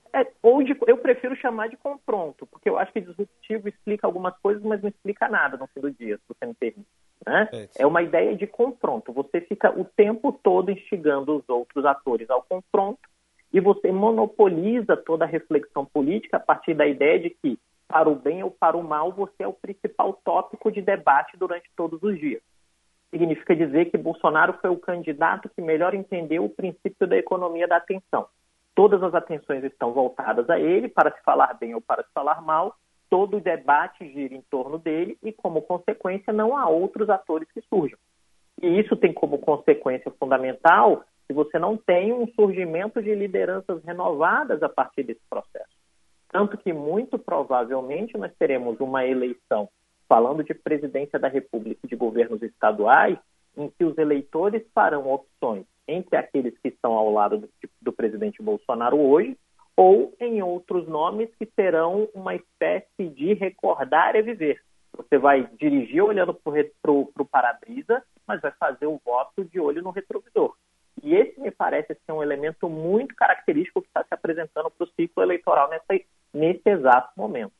Eu prefiro chamar de confronto, porque eu acho que disruptivo explica algumas coisas, mas não explica nada no fim do dia, se você me permite. Né? É uma ideia de confronto. Você fica o tempo todo instigando os outros atores ao confronto e você monopoliza toda a reflexão política a partir da ideia de que, para o bem ou para o mal, você é o principal tópico de debate durante todos os dias. Significa dizer que Bolsonaro foi o candidato que melhor entendeu o princípio da economia da atenção. Todas as atenções estão voltadas a ele, para se falar bem ou para se falar mal, todo o debate gira em torno dele e, como consequência, não há outros atores que surjam. E isso tem como consequência fundamental se você não tem um surgimento de lideranças renovadas a partir desse processo. Tanto que, muito provavelmente, nós teremos uma eleição, falando de presidência da República e de governos estaduais, em que os eleitores farão opções entre aqueles que estão ao lado do presidente Bolsonaro hoje, ou em outros nomes que serão uma espécie de recordar e viver. Você vai dirigir olhando para o para-brisa, mas vai fazer o voto de olho no retrovisor. E esse me parece ser um elemento muito característico que está se apresentando para o ciclo eleitoral nesse exato momento.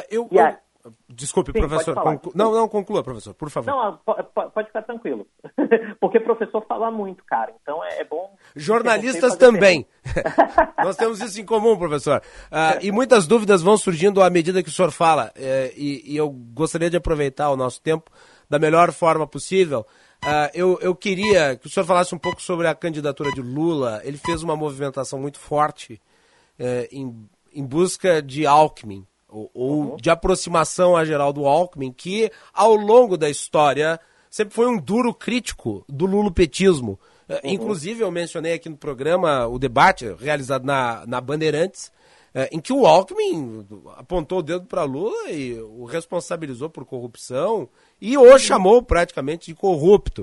Desculpe, Sim, professor. Não, conclua, professor, por favor. Não, pode ficar tranquilo. Porque professor fala muito, cara. Então é bom... Jornalistas também. Nós temos isso em comum, professor. E muitas dúvidas vão surgindo à medida que o senhor fala. E eu gostaria de aproveitar o nosso tempo da melhor forma possível. Eu queria que o senhor falasse um pouco sobre a candidatura de Lula. Ele fez uma movimentação muito forte em busca de Alckmin, ou de aproximação a Geraldo Alckmin, que ao longo da história sempre foi um duro crítico do lulopetismo. Inclusive eu mencionei aqui no programa o debate realizado na Bandeirantes, em que o Alckmin apontou o dedo para Lula e o responsabilizou por corrupção e o chamou praticamente de corrupto.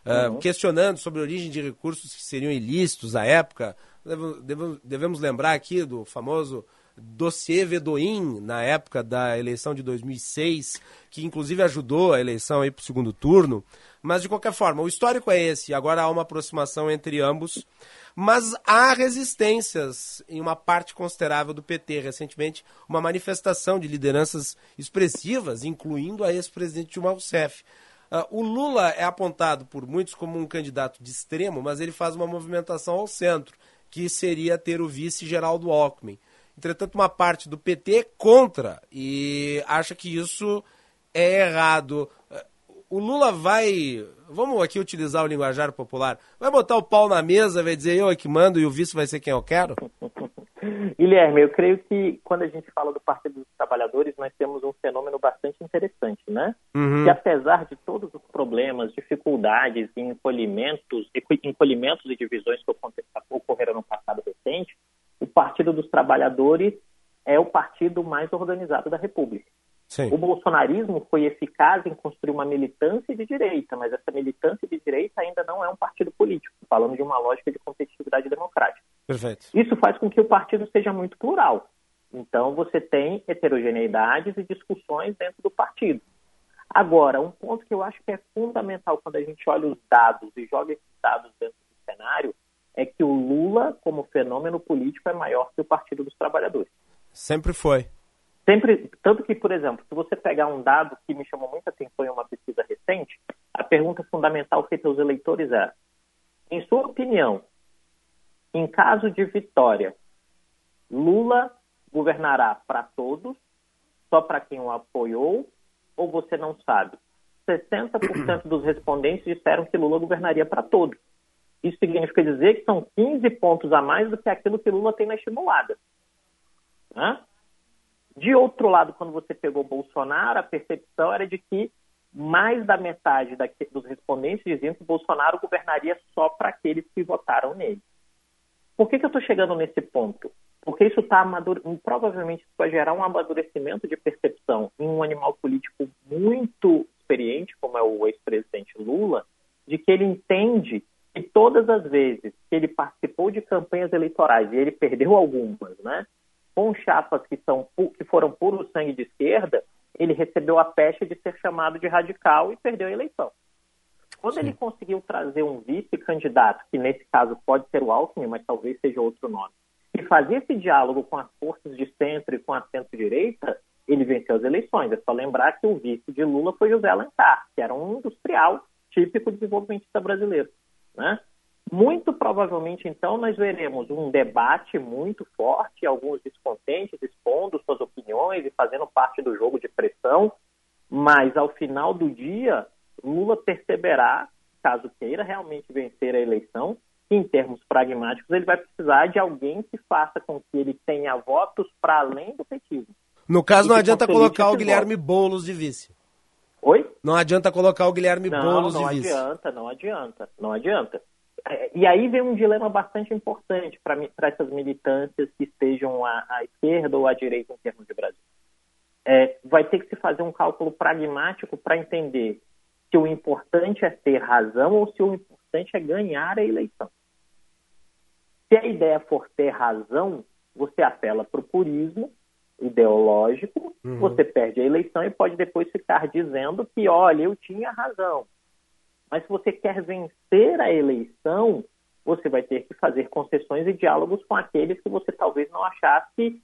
questionando sobre a origem de recursos que seriam ilícitos à época. Devemos lembrar aqui do famoso dossiê Vedoin, na época da eleição de 2006, que inclusive ajudou a eleição para o segundo turno. Mas, de qualquer forma, o histórico é esse. Agora há uma aproximação entre ambos. Mas há resistências em uma parte considerável do PT. Recentemente, uma manifestação de lideranças expressivas, incluindo a ex-presidente Dilma Rousseff. O Lula é apontado por muitos como um candidato de extremo, mas ele faz uma movimentação ao centro, que seria ter o vice Geraldo Alckmin. Entretanto, uma parte do PT é contra e acha que isso é errado. O Lula vai, vamos aqui utilizar o linguajar popular, vai botar o pau na mesa, vai dizer eu é que mando e o vice vai ser quem eu quero? Guilherme, eu creio que quando a gente fala do Partido dos Trabalhadores, nós temos um fenômeno bastante interessante, né? Que apesar de todos os problemas, dificuldades e encolhimentos e divisões que ocorreram no passado recente, o Partido dos Trabalhadores é o partido mais organizado da República. Sim. O bolsonarismo foi eficaz em construir uma militância de direita, mas essa militância de direita ainda não é um partido político, falando de uma lógica de competitividade democrática. Perfeito. Isso faz com que o partido seja muito plural. Então, você tem heterogeneidades e discussões dentro do partido. Agora, um ponto que eu acho que é fundamental quando a gente olha os dados e joga esses dados dentro do cenário é que o Lula, como fenômeno político, é maior que o Partido dos Trabalhadores. Sempre foi. Tanto que, por exemplo, se você pegar um dado que me chamou muita atenção em uma pesquisa recente, a pergunta fundamental feita aos eleitores é: em sua opinião, em caso de vitória, Lula governará para todos, só para quem o apoiou, ou você não sabe? 60% dos respondentes disseram que Lula governaria para todos. Isso significa dizer que são 15 pontos a mais do que aquilo que Lula tem na estimulada. Né? De outro lado, quando você pegou Bolsonaro, a percepção era de que mais da metade dos respondentes diziam que Bolsonaro governaria só para aqueles que votaram nele. Por que eu estou chegando nesse ponto? Porque isso provavelmente vai gerar um amadurecimento de percepção em um animal político muito experiente, como é o ex-presidente Lula, de que ele entende que todas as vezes que ele participou de campanhas eleitorais, e ele perdeu algumas, né? Com chapas que foram puro sangue de esquerda, ele recebeu a pecha de ser chamado de radical e perdeu a eleição. Quando ele conseguiu trazer um vice-candidato, que nesse caso pode ser o Alckmin, mas talvez seja outro nome, e fazer esse diálogo com as forças de centro e com a centro-direita, ele venceu as eleições. É só lembrar que o vice de Lula foi José Alencar, que era um industrial típico desenvolvimentista brasileiro, né? Muito provavelmente, então, nós veremos um debate muito forte, alguns descontentes expondo suas opiniões e fazendo parte do jogo de pressão, mas, ao final do dia, Lula perceberá, caso queira realmente vencer a eleição, que, em termos pragmáticos, ele vai precisar de alguém que faça com que ele tenha votos para além do petismo. No caso, não adianta colocar o Guilherme Boulos de vice. Oi? Não adianta colocar o Guilherme Boulos de vice. Não adianta. E aí vem um dilema bastante importante para essas militâncias que estejam à esquerda ou à direita em termos de Brasil. Vai ter que se fazer um cálculo pragmático para entender se o importante é ter razão ou se o importante é ganhar a eleição. Se a ideia for ter razão, você apela para o purismo ideológico, você perde a eleição e pode depois ficar dizendo que, olha, eu tinha razão. Mas se você quer vencer a eleição, você vai ter que fazer concessões e diálogos com aqueles que você talvez não achasse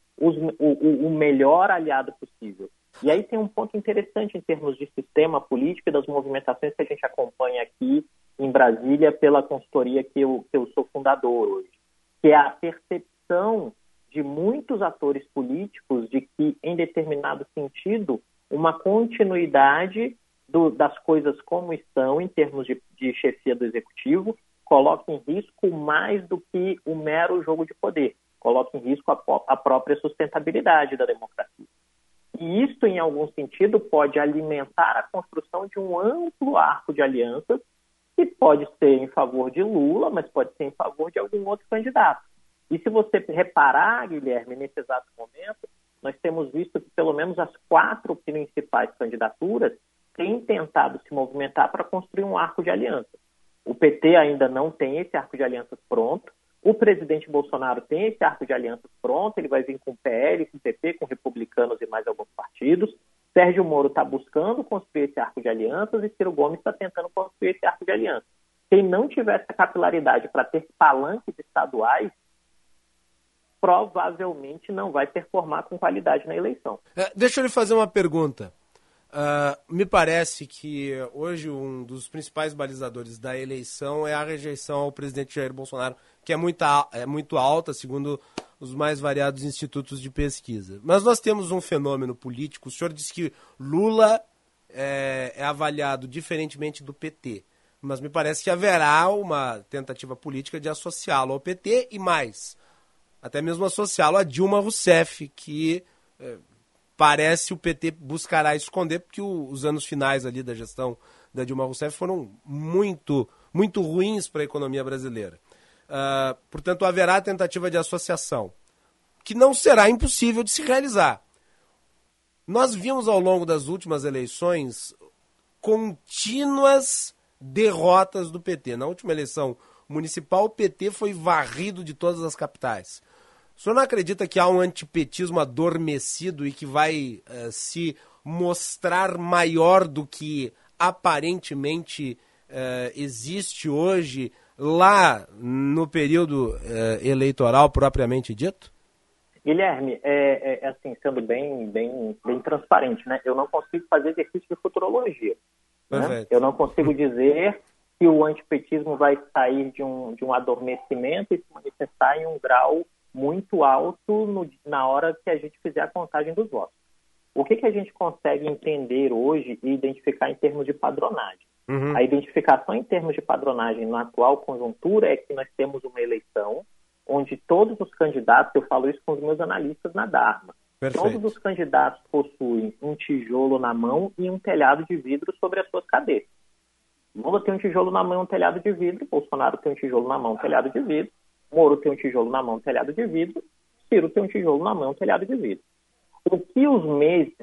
o melhor aliado possível. E aí tem um ponto interessante em termos de sistema político e das movimentações que a gente acompanha aqui em Brasília pela consultoria que eu sou fundador hoje, que é a percepção de muitos atores políticos de que, em determinado sentido, uma continuidade das coisas como estão, em termos de chefia do executivo, coloca em risco mais do que o mero jogo de poder, coloca em risco a própria sustentabilidade da democracia. E isso, em algum sentido, pode alimentar a construção de um amplo arco de alianças que pode ser em favor de Lula, mas pode ser em favor de algum outro candidato. E se você reparar, Guilherme, nesse exato momento, nós temos visto que pelo menos as 4 principais candidaturas têm tentado se movimentar para construir um arco de aliança. O PT ainda não tem esse arco de alianças pronto. O presidente Bolsonaro tem esse arco de alianças pronto, ele vai vir com o PL, com o PP, com republicanos e mais alguns partidos. Sérgio Moro está buscando construir esse arco de alianças e Ciro Gomes está tentando construir esse arco de alianças. Quem não tiver essa capilaridade para ter palanques estaduais, provavelmente não vai performar com qualidade na eleição. Deixa eu lhe fazer uma pergunta. Me parece que hoje um dos principais balizadores da eleição é a rejeição ao presidente Jair Bolsonaro, que é muito alta, segundo os mais variados institutos de pesquisa. Mas nós temos um fenômeno político. O senhor disse que Lula é avaliado diferentemente do PT, mas me parece que haverá uma tentativa política de associá-lo ao PT e mais, até mesmo associá-lo a Dilma Rousseff, que parece o PT buscará esconder, porque os anos finais ali da gestão da Dilma Rousseff foram muito, muito ruins para a economia brasileira. Portanto, haverá tentativa de associação, que não será impossível de se realizar. Nós vimos ao longo das últimas eleições contínuas derrotas do PT. Na última eleição municipal, o PT foi varrido de todas as capitais. O senhor não acredita que há um antipetismo adormecido e que vai se mostrar maior do que aparentemente existe hoje lá no período eleitoral propriamente dito? Guilherme, assim, sendo bem transparente, né? Eu não consigo fazer exercício de futurologia. Né? Eu não consigo dizer que o antipetismo vai sair de um adormecimento e se manifestar em um grau muito alto na hora que a gente fizer a contagem dos votos. O que a gente consegue entender hoje e identificar em termos de padronagem? A identificação em termos de padronagem na atual conjuntura é que nós temos uma eleição onde todos os candidatos, eu falo isso com os meus analistas na Dharma, todos os candidatos possuem um tijolo na mão e um telhado de vidro sobre as suas cabeças. Lula tem um tijolo na mão e um telhado de vidro, Bolsonaro tem um tijolo na mão e um telhado de vidro, Moro tem um tijolo na mão e um telhado de vidro, Ciro tem um tijolo na mão e um telhado de vidro. O que os meses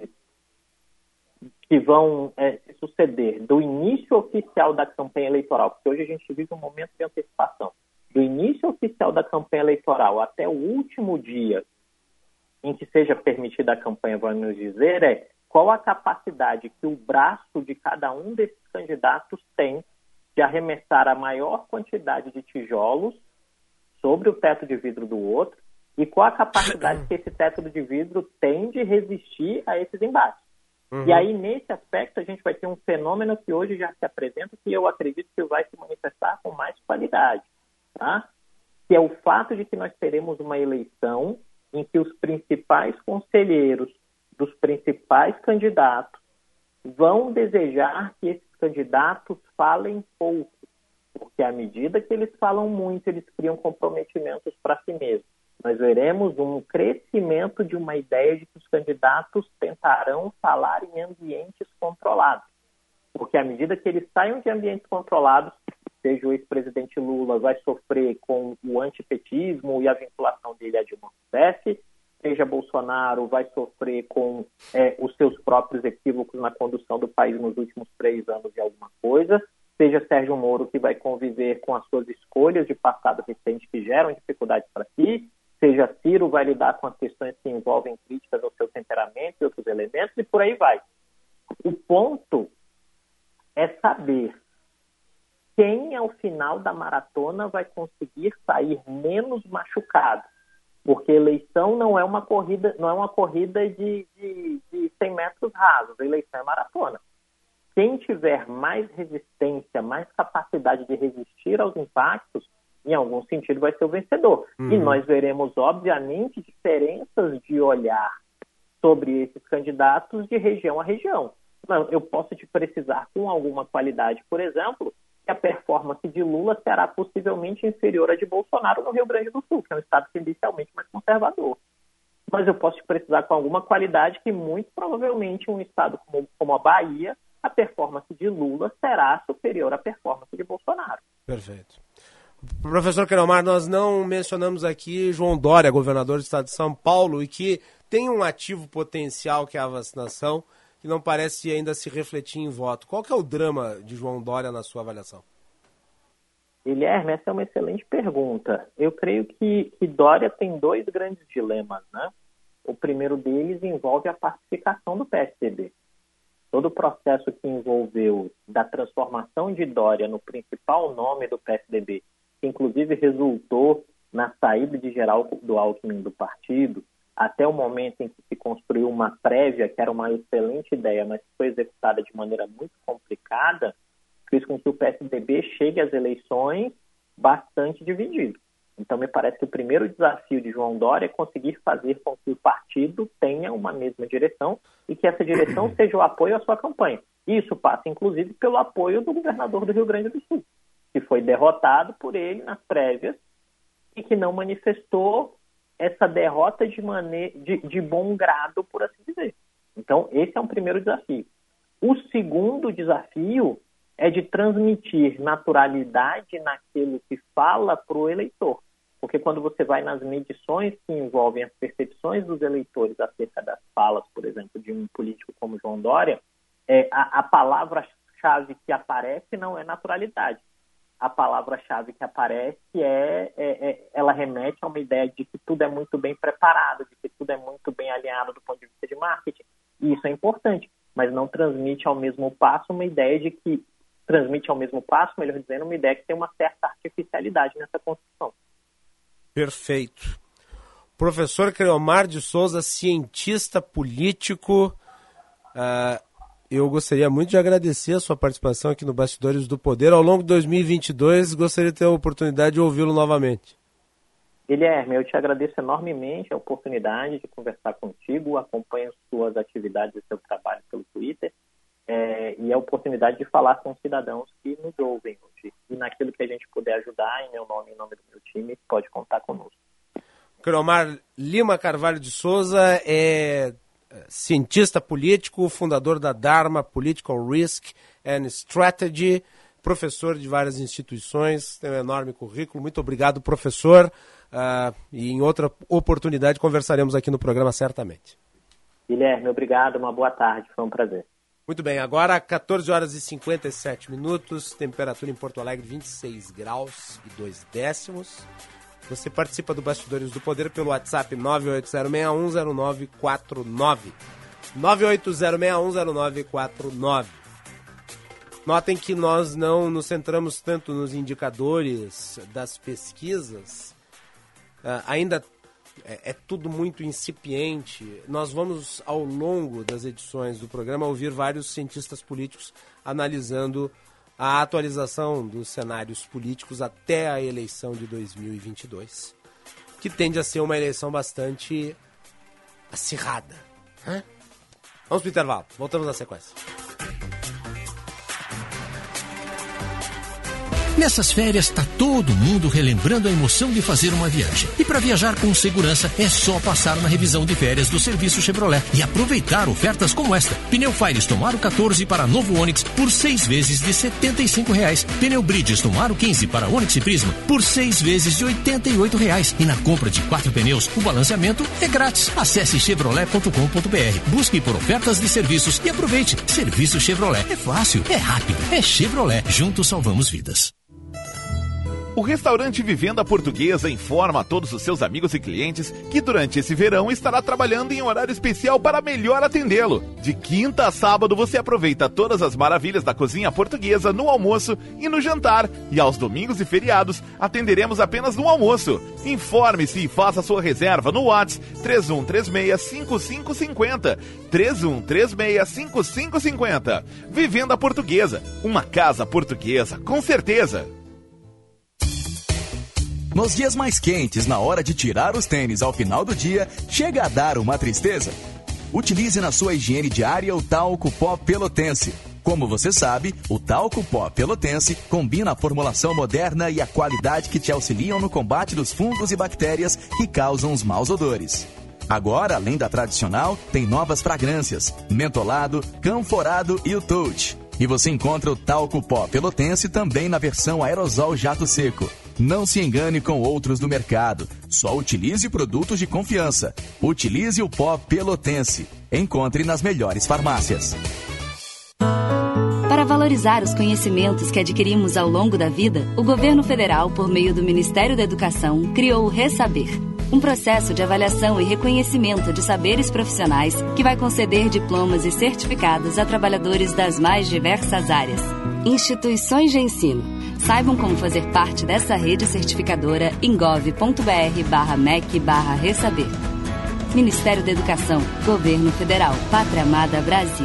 que vão se suceder do início oficial da campanha eleitoral, porque hoje a gente vive um momento de antecipação, do início oficial da campanha eleitoral até o último dia em que seja permitida a campanha, vamos dizer, qual a capacidade que o braço de cada um desses candidatos tem de arremessar a maior quantidade de tijolos sobre o teto de vidro do outro e qual a capacidade que esse teto de vidro tem de resistir a esses embates. E aí, nesse aspecto, a gente vai ter um fenômeno que hoje já se apresenta, que eu acredito que vai se manifestar com mais qualidade, tá? Que é o fato de que nós teremos uma eleição em que os principais conselheiros dos principais candidatos vão desejar que esses candidatos falem pouco, porque à medida que eles falam muito, eles criam comprometimentos para si mesmos. Nós veremos um crescimento de uma ideia de que os candidatos tentarão falar em ambientes controlados, porque à medida que eles saiam de ambientes controlados, seja o ex-presidente Lula vai sofrer com o antipetismo e a vinculação dele a Dilma Rousseff, seja Bolsonaro vai sofrer com os seus próprios equívocos na condução do país nos últimos 3 anos e alguma coisa, seja Sérgio Moro que vai conviver com as suas escolhas de passado recente que geram dificuldades para si, seja Ciro vai lidar com as questões que envolvem críticas ao seu temperamento e outros elementos, e por aí vai. O ponto é saber quem, ao final da maratona, vai conseguir sair menos machucado. Porque eleição não é uma corrida de 100 metros rasos, a eleição é maratona. Quem tiver mais resistência, mais capacidade de resistir aos impactos, em algum sentido vai ser o vencedor. E nós veremos, obviamente, diferenças de olhar sobre esses candidatos de região a região. Eu posso te precisar com alguma qualidade, por exemplo, que a performance de Lula será possivelmente inferior à de Bolsonaro no Rio Grande do Sul, que é um estado tendencialmente mais conservador. Mas eu posso te precisar com alguma qualidade que, muito provavelmente, um estado como a Bahia, a performance de Lula será superior à performance de Bolsonaro. Perfeito. Professor Queromar, nós não mencionamos aqui João Dória, governador do estado de São Paulo, e que tem um ativo potencial que é a vacinação, que não parece ainda se refletir em voto. Qual que é o drama de João Dória na sua avaliação? Guilherme, essa é uma excelente pergunta. Eu creio que Dória tem dois grandes dilemas, né? O primeiro deles envolve a pacificação do PSDB. Todo o processo que envolveu da transformação de Dória no principal nome do PSDB, que inclusive resultou na saída de Geraldo Alckmin do partido, até o momento em que se construiu uma prévia, que era uma excelente ideia, mas foi executada de maneira muito complicada, fez com que o PSDB chegue às eleições bastante dividido. Então, me parece que o primeiro desafio de João Dória é conseguir fazer com que o partido tenha uma mesma direção e que essa direção seja o apoio à sua campanha. E isso passa, inclusive, pelo apoio do governador do Rio Grande do Sul, que foi derrotado por ele nas prévias e que não manifestou essa derrota de bom grado, por assim dizer. Então, esse é um primeiro desafio. O segundo desafio é de transmitir naturalidade naquilo que fala para o eleitor. Porque quando você vai nas medições que envolvem as percepções dos eleitores acerca das falas, por exemplo, de um político como João Dória, a palavra-chave que aparece não é naturalidade. A palavra-chave que aparece ela remete a uma ideia de que tudo é muito bem preparado, de que tudo é muito bem alinhado do ponto de vista de marketing. E isso é importante, mas não transmite ao mesmo passo uma ideia de que melhor dizendo, uma ideia que tem uma certa artificialidade nessa construção. Perfeito. Professor Cleomar de Souza, cientista político, eu gostaria muito de agradecer a sua participação aqui no Bastidores do Poder. Ao longo de 2022, gostaria de ter a oportunidade de ouvi-lo novamente. Guilherme, eu te agradeço enormemente a oportunidade de conversar contigo, acompanho suas atividades e seu trabalho pelo Twitter, e a oportunidade de falar com os cidadãos que nos ouvem hoje. E naquilo que a gente puder ajudar, em meu nome e em nome do meu time, pode contar conosco. Cleomar Lima Carvalho de Souza é cientista político, fundador da Dharma Political Risk and Strategy, professor de várias instituições, tem um enorme currículo. Muito obrigado, professor. E em outra oportunidade conversaremos aqui no programa, certamente. Guilherme, obrigado, uma boa tarde, foi um prazer. Muito bem, agora 14 horas e 57 minutos, temperatura em Porto Alegre 26 graus e 2 décimos. Você participa do Bastidores do Poder pelo WhatsApp 980610949. 980610949. Notem que nós não nos centramos tanto nos indicadores das pesquisas, ainda é tudo muito incipiente. Nós vamos, ao longo das edições do programa, ouvir vários cientistas políticos analisando a atualização dos cenários políticos até a eleição de 2022, que tende a ser uma eleição bastante acirrada. Vamos para o intervalo, voltamos na sequência. Nessas férias, tá todo mundo relembrando a emoção de fazer uma viagem. E para viajar com segurança, é só passar na revisão de férias do serviço Chevrolet e aproveitar ofertas como esta. Pneu Firestone Aro 14 para novo Onix por 6 vezes de R$ 75,00. Pneu Bridgestone Aro 15 para Onix e Prisma por 6 vezes de R$ 88,00. E na compra de 4 pneus, o balanceamento é grátis. Acesse chevrolet.com.br, busque por ofertas de serviços e aproveite. Serviço Chevrolet é fácil, é rápido, é Chevrolet. Juntos salvamos vidas. O restaurante Vivenda Portuguesa informa a todos os seus amigos e clientes que durante esse verão estará trabalhando em horário especial para melhor atendê-lo. De quinta a sábado você aproveita todas as maravilhas da cozinha portuguesa no almoço e no jantar. E aos domingos e feriados atenderemos apenas no almoço. Informe-se e faça sua reserva no WhatsApp 3136-5550. 3136-5550. Vivenda Portuguesa, uma casa portuguesa com certeza. Nos dias mais quentes, na hora de tirar os tênis ao final do dia, chega a dar uma tristeza? Utilize na sua higiene diária o talco pó pelotense. Como você sabe, o talco pó pelotense combina a formulação moderna e a qualidade que te auxiliam no combate dos fungos e bactérias que causam os maus odores. Agora, além da tradicional, tem novas fragrâncias, mentolado, canforado e o touch. E você encontra o talco pó pelotense também na versão aerosol jato seco. Não se engane com outros do mercado. Só utilize produtos de confiança. Utilize o pó pelotense. Encontre nas melhores farmácias. Para valorizar os conhecimentos que adquirimos ao longo da vida, o governo federal, por meio do Ministério da Educação, criou o Resaber, um processo de avaliação e reconhecimento de saberes profissionais que vai conceder diplomas e certificados a trabalhadores das mais diversas áreas. Instituições de ensino. Saibam como fazer parte dessa rede certificadora em gov.br/mec/resaber. Ministério da Educação, Governo Federal, Pátria Amada Brasil.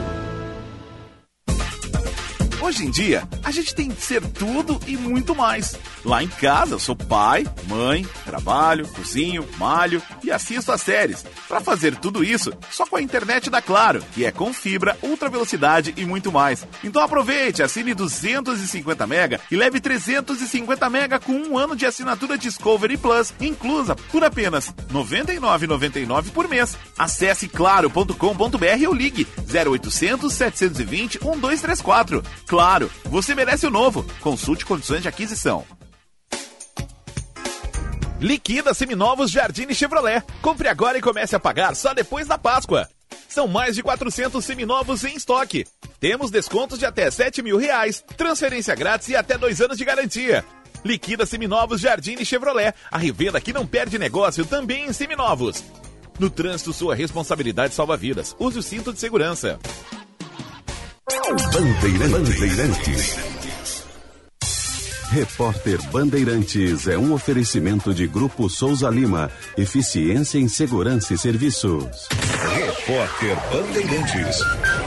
Hoje em dia, a gente tem que ser tudo e muito mais. Lá em casa, eu sou pai, mãe, trabalho, cozinho, malho e assisto às séries. Para fazer tudo isso, só com a internet da Claro, que é com fibra, ultra velocidade e muito mais. Então aproveite, assine 250 mega e leve 350 mega com 1 ano de assinatura Discovery Plus, inclusa por apenas R$ 99,99 por mês. Acesse claro.com.br ou ligue 0800 720 1234. Claro, você merece o novo. Consulte condições de aquisição. Liquida Seminovos Jardine Chevrolet. Compre agora e comece a pagar só depois da Páscoa. São mais de 400 seminovos em estoque. Temos descontos de até R$7 mil, transferência grátis e até 2 anos de garantia. Liquida Seminovos Jardine Chevrolet. A revenda que não perde negócio também em seminovos. No trânsito, sua responsabilidade salva vidas. Use o cinto de segurança. Bandeirantes. Repórter Bandeirantes é um oferecimento de Grupo Souza Lima. Eficiência em Segurança e Serviços. Repórter Bandeirantes.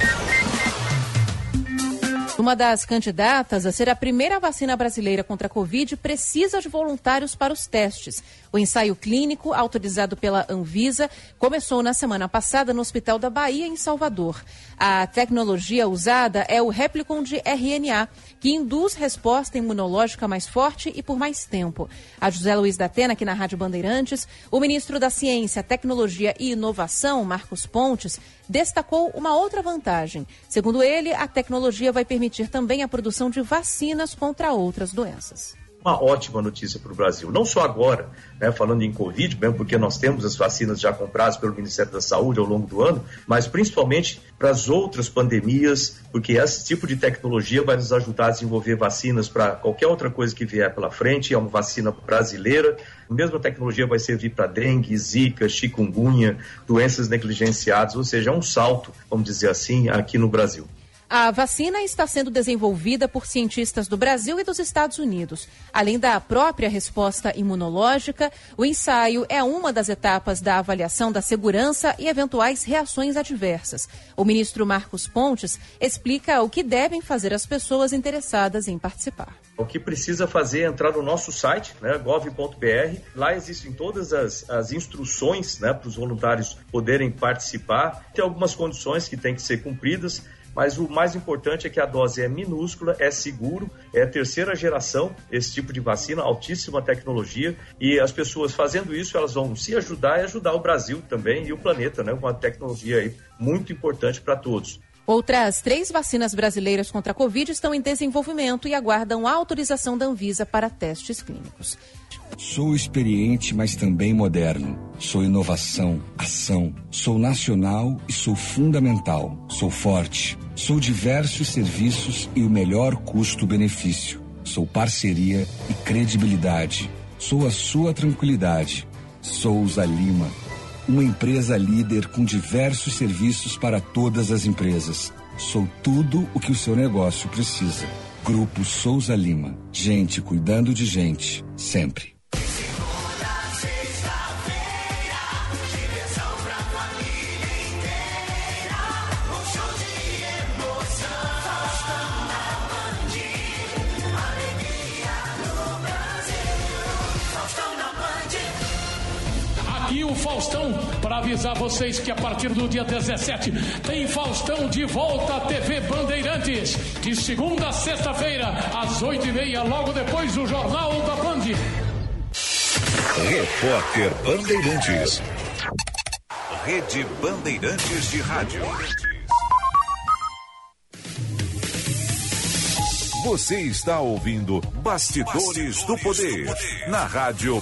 Uma das candidatas a ser a primeira vacina brasileira contra a Covid precisa de voluntários para os testes. O ensaio clínico, autorizado pela Anvisa, começou na semana passada no Hospital da Bahia, em Salvador. A tecnologia usada é o Replicon de RNA, que induz resposta imunológica mais forte e por mais tempo. A José Luiz da Atena, aqui na Rádio Bandeirantes, o ministro da Ciência, Tecnologia e Inovação, Marcos Pontes, destacou uma outra vantagem. Segundo ele, a tecnologia vai permitir também a produção de vacinas contra outras doenças. Uma ótima notícia para o Brasil, não só agora, né, falando em Covid, mesmo porque nós temos as vacinas já compradas pelo Ministério da Saúde ao longo do ano, mas principalmente para as outras pandemias, porque esse tipo de tecnologia vai nos ajudar a desenvolver vacinas para qualquer outra coisa que vier pela frente. É uma vacina brasileira, a mesma tecnologia vai servir para dengue, zika, chikungunya, doenças negligenciadas, ou seja, é um salto, vamos dizer assim, aqui no Brasil. A vacina está sendo desenvolvida por cientistas do Brasil e dos Estados Unidos. Além da própria resposta imunológica, o ensaio é uma das etapas da avaliação da segurança e eventuais reações adversas. O ministro Marcos Pontes explica o que devem fazer as pessoas interessadas em participar. O que precisa fazer é entrar no nosso site, né, gov.br. Lá existem todas as instruções, né, para os voluntários poderem participar. Tem algumas condições que têm que ser cumpridas, mas o mais importante é que a dose é minúscula, é seguro, é a 3ª geração, esse tipo de vacina, altíssima tecnologia, e as pessoas fazendo isso, elas vão se ajudar e ajudar o Brasil também e o planeta, né? Uma tecnologia aí muito importante para todos. Outras 3 vacinas brasileiras contra a Covid estão em desenvolvimento e aguardam a autorização da Anvisa para testes clínicos. Sou experiente, mas também moderno. Sou inovação, ação. Sou nacional e sou fundamental. Sou forte. Sou diversos serviços e o melhor custo-benefício. Sou parceria e credibilidade. Sou a sua tranquilidade. Souza Lima. Uma empresa líder com diversos serviços para todas as empresas. Sou tudo o que o seu negócio precisa. Grupo Souza Lima. Gente cuidando de gente, sempre. E o Faustão, para avisar vocês que a partir do dia 17 tem Faustão de volta à TV Bandeirantes, de segunda a sexta-feira, às 8h30, logo depois do Jornal da Band. Repórter Bandeirantes. Rede Bandeirantes de Rádio. Você está ouvindo Bastidores do Poder, na Rádio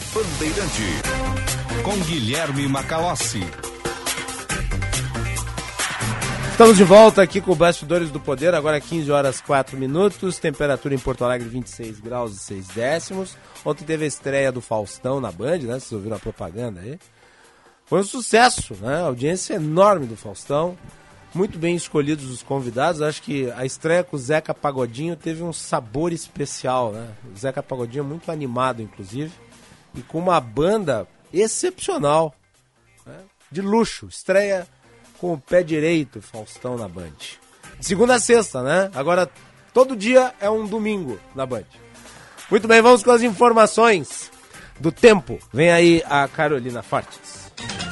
Bandeirante. Com Guilherme Macalossi. Estamos de volta aqui com o Bastidores do Poder, agora 15 horas 4 minutos, temperatura em Porto Alegre 26 graus e 6 décimos. Ontem teve a estreia do Faustão na Band, né? Vocês ouviram a propaganda aí? Foi um sucesso, né? A audiência enorme do Faustão, muito bem escolhidos os convidados. Acho que a estreia com o Zeca Pagodinho teve um sabor especial, né? O Zeca Pagodinho é muito animado, inclusive, e com uma banda excepcional, né? De luxo, estreia com o pé direito, Faustão na Band. De segunda a sexta, né? Agora, todo dia é um domingo na Band. Muito bem, vamos com as informações do tempo. Vem aí a Carolina Fortes.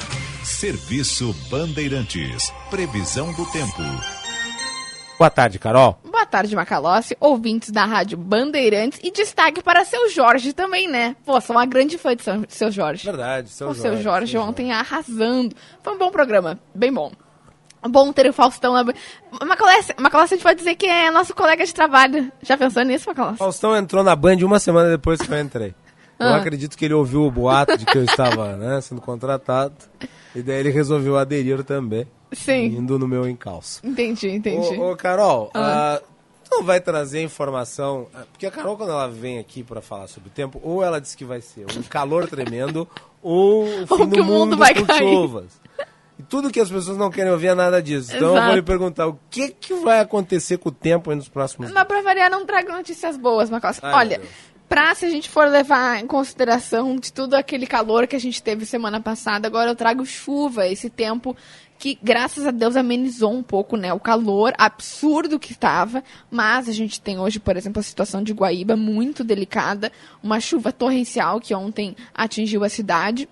Serviço Bandeirantes. Previsão do tempo. Boa tarde, Carol. Boa tarde, Macalossi, ouvintes da Rádio Bandeirantes, e destaque para Seu Jorge também, né? Pô, sou uma grande fã de Seu Jorge. Verdade, Seu Jorge. O Seu Jorge ontem arrasando. Foi um bom programa, bem bom. Bom ter o Faustão na... Macalossi, a gente pode dizer que é nosso colega de trabalho. Já pensou nisso, Macalossi? Faustão entrou na Band uma semana depois que eu entrei. Eu acredito que ele ouviu o boato de que eu estava, né, sendo contratado, e daí ele resolveu aderir também. Sim. Indo no meu encalço. Entendi. Ô Carol, tu não vai trazer informação... Porque a Carol, quando ela vem aqui para falar sobre o tempo, ou ela diz que vai ser um calor tremendo, ou o fim do mundo vai com chuvas. E tudo que as pessoas não querem ouvir é nada disso. Então eu vou lhe perguntar, o que vai acontecer com o tempo aí nos próximos dias? Mas pra variar, não trago notícias boas, Macalossi. Olha... Se a gente for levar em consideração de tudo aquele calor que a gente teve semana passada, agora eu trago chuva, esse tempo que, graças a Deus, amenizou um pouco, né, o calor absurdo que estava, mas a gente tem hoje, por exemplo, a situação de Guaíba muito delicada, uma chuva torrencial que ontem atingiu a cidade,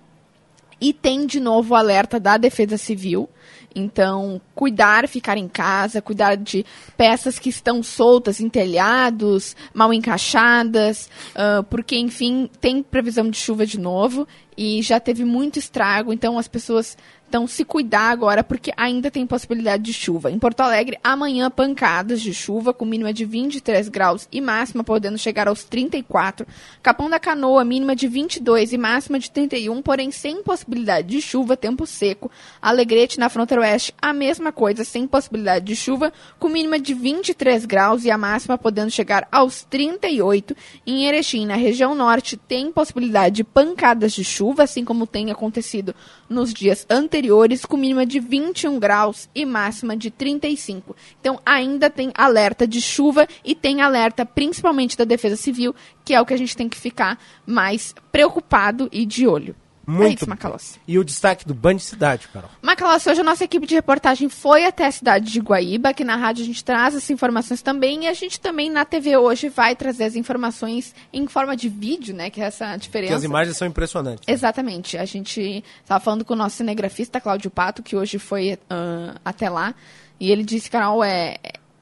e tem de novo o alerta da Defesa Civil. Então, ficar em casa, cuidar de peças que estão soltas em telhados, mal encaixadas, porque, enfim, tem previsão de chuva de novo e já teve muito estrago, então as pessoas estão se cuidar agora porque ainda tem possibilidade de chuva. Em Porto Alegre, amanhã pancadas de chuva com mínima de 23 graus e máxima podendo chegar aos 34. Capão da Canoa, mínima de 22 e máxima de 31, porém sem possibilidade de chuva, tempo seco. Alegrete, na fronteira oeste, a mesma coisa, sem possibilidade de chuva, com mínima de 23 graus e a máxima podendo chegar aos 38. Em Erechim, na região norte, tem possibilidade de pancadas de chuva, assim como tem acontecido nos dias anteriores, com mínima de 21 graus e máxima de 35. Então, ainda tem alerta de chuva e tem alerta principalmente da Defesa Civil, que é o que a gente tem que ficar mais preocupado e de olho. Muito. É isso, Macalossi. E o destaque do Band Cidade, Carol? Macalossi, hoje a nossa equipe de reportagem foi até a cidade de Guaíba. Aqui na rádio a gente traz essas informações também. E a gente também na TV hoje vai trazer as informações em forma de vídeo, né? Que é essa diferença. Que as imagens são impressionantes. Né? Exatamente. A gente estava falando com o nosso cinegrafista, Cláudio Pato, que hoje foi até lá. E ele disse, Carol, é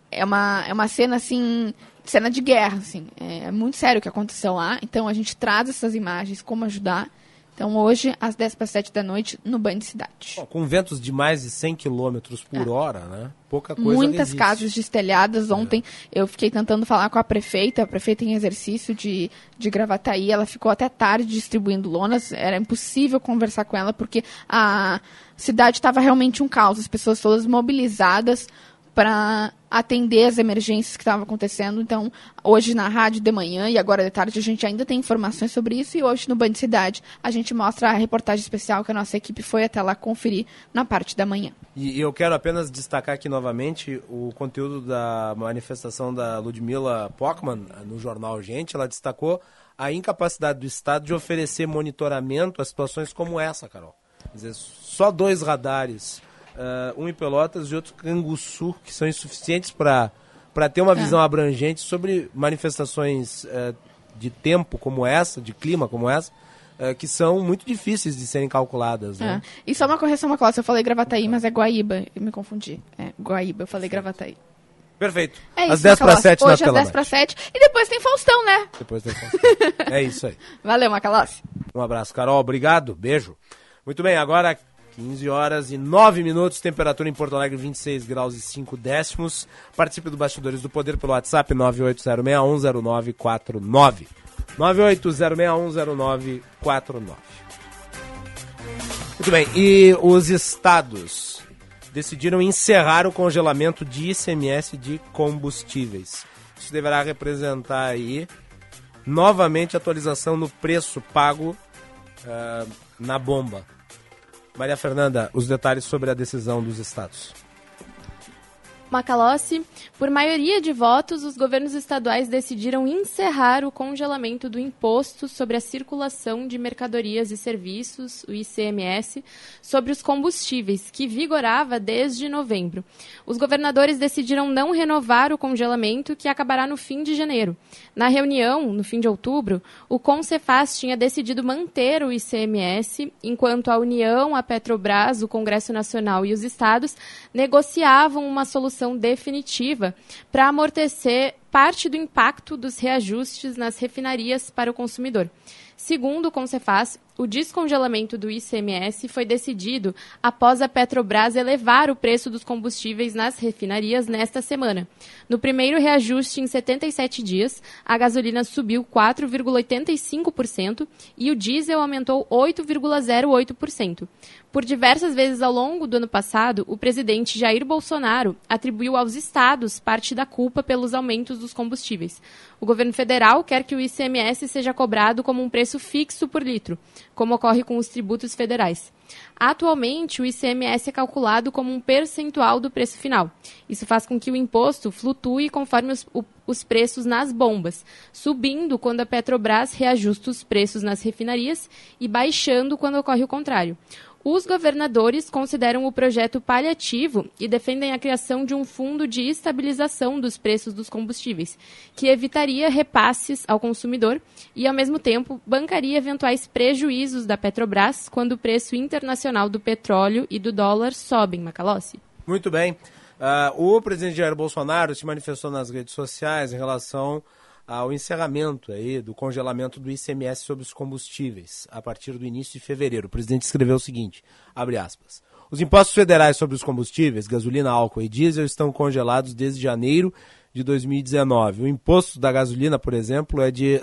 uma cena assim... Cena de guerra, assim. É muito sério o que aconteceu lá. Então a gente traz essas imagens, como ajudar. Então, hoje, às 10:07 da noite, no Band Cidade. Bom, com ventos de mais de 100 km por hora, né? Pouca coisa Muitas resiste. casas destelhadas. Ontem eu fiquei tentando falar com a prefeita em exercício de Gravataí. Ela ficou até tarde distribuindo lonas. Era impossível conversar com ela, porque a cidade estava realmente um caos. As pessoas todas mobilizadas para atender as emergências que estavam acontecendo. Então, hoje na rádio de manhã e agora de tarde, a gente ainda tem informações sobre isso. E hoje no Band Cidade, a gente mostra a reportagem especial que a nossa equipe foi até lá conferir na parte da manhã. E eu quero apenas destacar aqui novamente o conteúdo da manifestação da Ludmila Pockmann no jornal Gente. Ela destacou a incapacidade do Estado de oferecer monitoramento a situações como essa, Carol. Quer dizer, só 2 radares... um em Pelotas e outro em Canguçu, que são insuficientes para ter uma visão abrangente sobre manifestações de tempo como essa, de clima como essa, que são muito difíceis de serem calculadas. Né? E só uma correção, Macalossi, eu falei Gravataí, mas é Guaíba, eu me confundi. É Guaíba, eu falei Gravataí. Perfeito. É isso, às 10:07 na tela. Hoje às 10:07 e depois tem Faustão, né? Depois tem Faustão. É isso aí. Valeu, Macalossi. Um abraço, Carol. Obrigado. Beijo. Muito bem, agora... 15 horas e 9 minutos, temperatura em Porto Alegre 26 graus e 5 décimos. Participe do Bastidores do Poder pelo WhatsApp 980610949. 980610949. Muito bem, e os estados decidiram encerrar o congelamento de ICMS de combustíveis. Isso deverá representar aí novamente atualização no preço pago na bomba. Maria Fernanda, os detalhes sobre a decisão dos estados. Macalossi, por maioria de votos, os governos estaduais decidiram encerrar o congelamento do Imposto sobre a Circulação de Mercadorias e Serviços, o ICMS, sobre os combustíveis, que vigorava desde novembro. Os governadores decidiram não renovar o congelamento, que acabará no fim de janeiro. Na reunião, no fim de outubro, o Concefaz tinha decidido manter o ICMS, enquanto a União, a Petrobras, o Congresso Nacional e os estados negociavam uma solução definitiva para amortecer parte do impacto dos reajustes nas refinarias para o consumidor. Segundo o Concefaz, o descongelamento do ICMS foi decidido após a Petrobras elevar o preço dos combustíveis nas refinarias nesta semana. No primeiro reajuste em 77 dias, a gasolina subiu 4,85% e o diesel aumentou 8,08%. Por diversas vezes ao longo do ano passado, o presidente Jair Bolsonaro atribuiu aos estados parte da culpa pelos aumentos dos combustíveis. O governo federal quer que o ICMS seja cobrado como um preço fixo por litro, como ocorre com os tributos federais. Atualmente, o ICMS é calculado como um percentual do preço final. Isso faz com que o imposto flutue conforme os preços nas bombas, subindo quando a Petrobras reajusta os preços nas refinarias e baixando quando ocorre o contrário. Os governadores consideram o projeto paliativo e defendem a criação de um fundo de estabilização dos preços dos combustíveis, que evitaria repasses ao consumidor e, ao mesmo tempo, bancaria eventuais prejuízos da Petrobras quando o preço internacional do petróleo e do dólar sobem. Macalossi. Muito bem. O presidente Jair Bolsonaro se manifestou nas redes sociais em relação ao encerramento aí do congelamento do ICMS sobre os combustíveis a partir do início de fevereiro. O presidente escreveu o seguinte, abre aspas, os impostos federais sobre os combustíveis, gasolina, álcool e diesel estão congelados desde janeiro de 2019. O imposto da gasolina, por exemplo, é de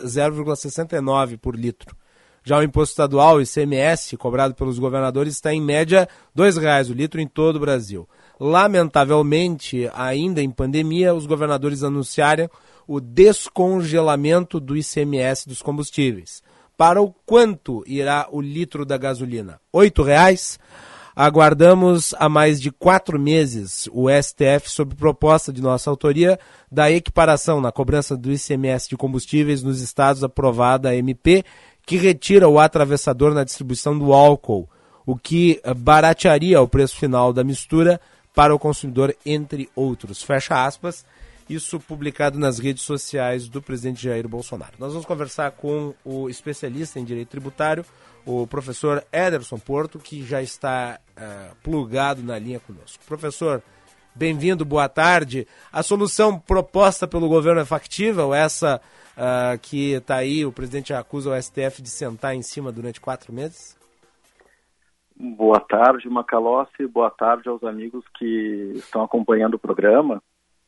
0,69 por litro. Já o imposto estadual, o ICMS, cobrado pelos governadores, está em média R$ 2,00 o litro em todo o Brasil. Lamentavelmente, ainda em pandemia, os governadores anunciaram o descongelamento do ICMS dos combustíveis. Para o quanto irá o litro da gasolina? R$ 8,00? Aguardamos há mais de 4 meses o STF, sob proposta de nossa autoria, da equiparação na cobrança do ICMS de combustíveis nos estados, aprovada a MP, que retira o atravessador na distribuição do álcool, o que baratearia o preço final da mistura para o consumidor, entre outros. Fecha aspas. Isso publicado nas redes sociais do presidente Jair Bolsonaro. Nós vamos conversar com o especialista em direito tributário, o professor Ederson Porto, que já está plugado na linha conosco. Professor, bem-vindo, boa tarde. A solução proposta pelo governo é factível? Essa que está aí, o presidente acusa o STF de sentar em cima durante 4 meses? Boa tarde, Macalossi. Boa tarde aos amigos que estão acompanhando o programa.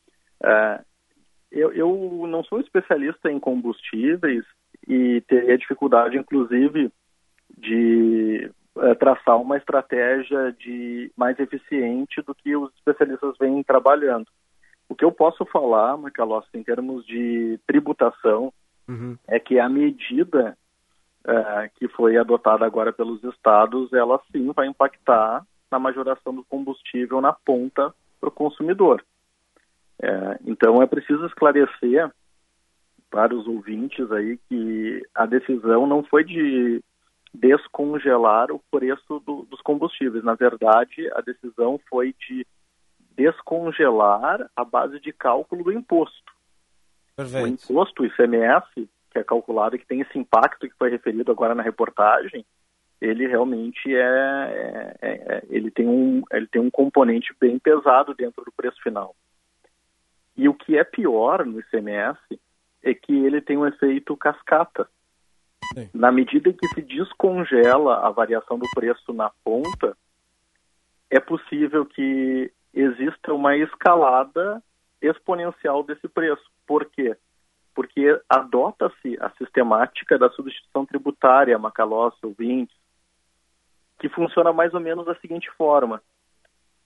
Eu não sou especialista em combustíveis e teria dificuldade, inclusive, de traçar uma estratégia mais eficiente do que os especialistas vêm trabalhando. O que eu posso falar, Macalossi, em termos de tributação, é que a medida que foi adotada agora pelos estados, ela sim vai impactar na majoração do combustível na ponta para o consumidor. Então é preciso esclarecer para os ouvintes aí que a decisão não foi de descongelar o preço dos combustíveis. Na verdade, a decisão foi de descongelar a base de cálculo do imposto. Perfeito. O imposto, o ICMS, que é calculado e que tem esse impacto que foi referido agora na reportagem, ele realmente ele tem um componente bem pesado dentro do preço final. E o que é pior no ICMS é que ele tem um efeito cascata. Sim. Na medida em que se descongela a variação do preço na ponta, é possível que exista uma escalada exponencial desse preço. Por quê? Porque adota-se a sistemática da substituição tributária, Macalossi, ouvintes, que funciona mais ou menos da seguinte forma.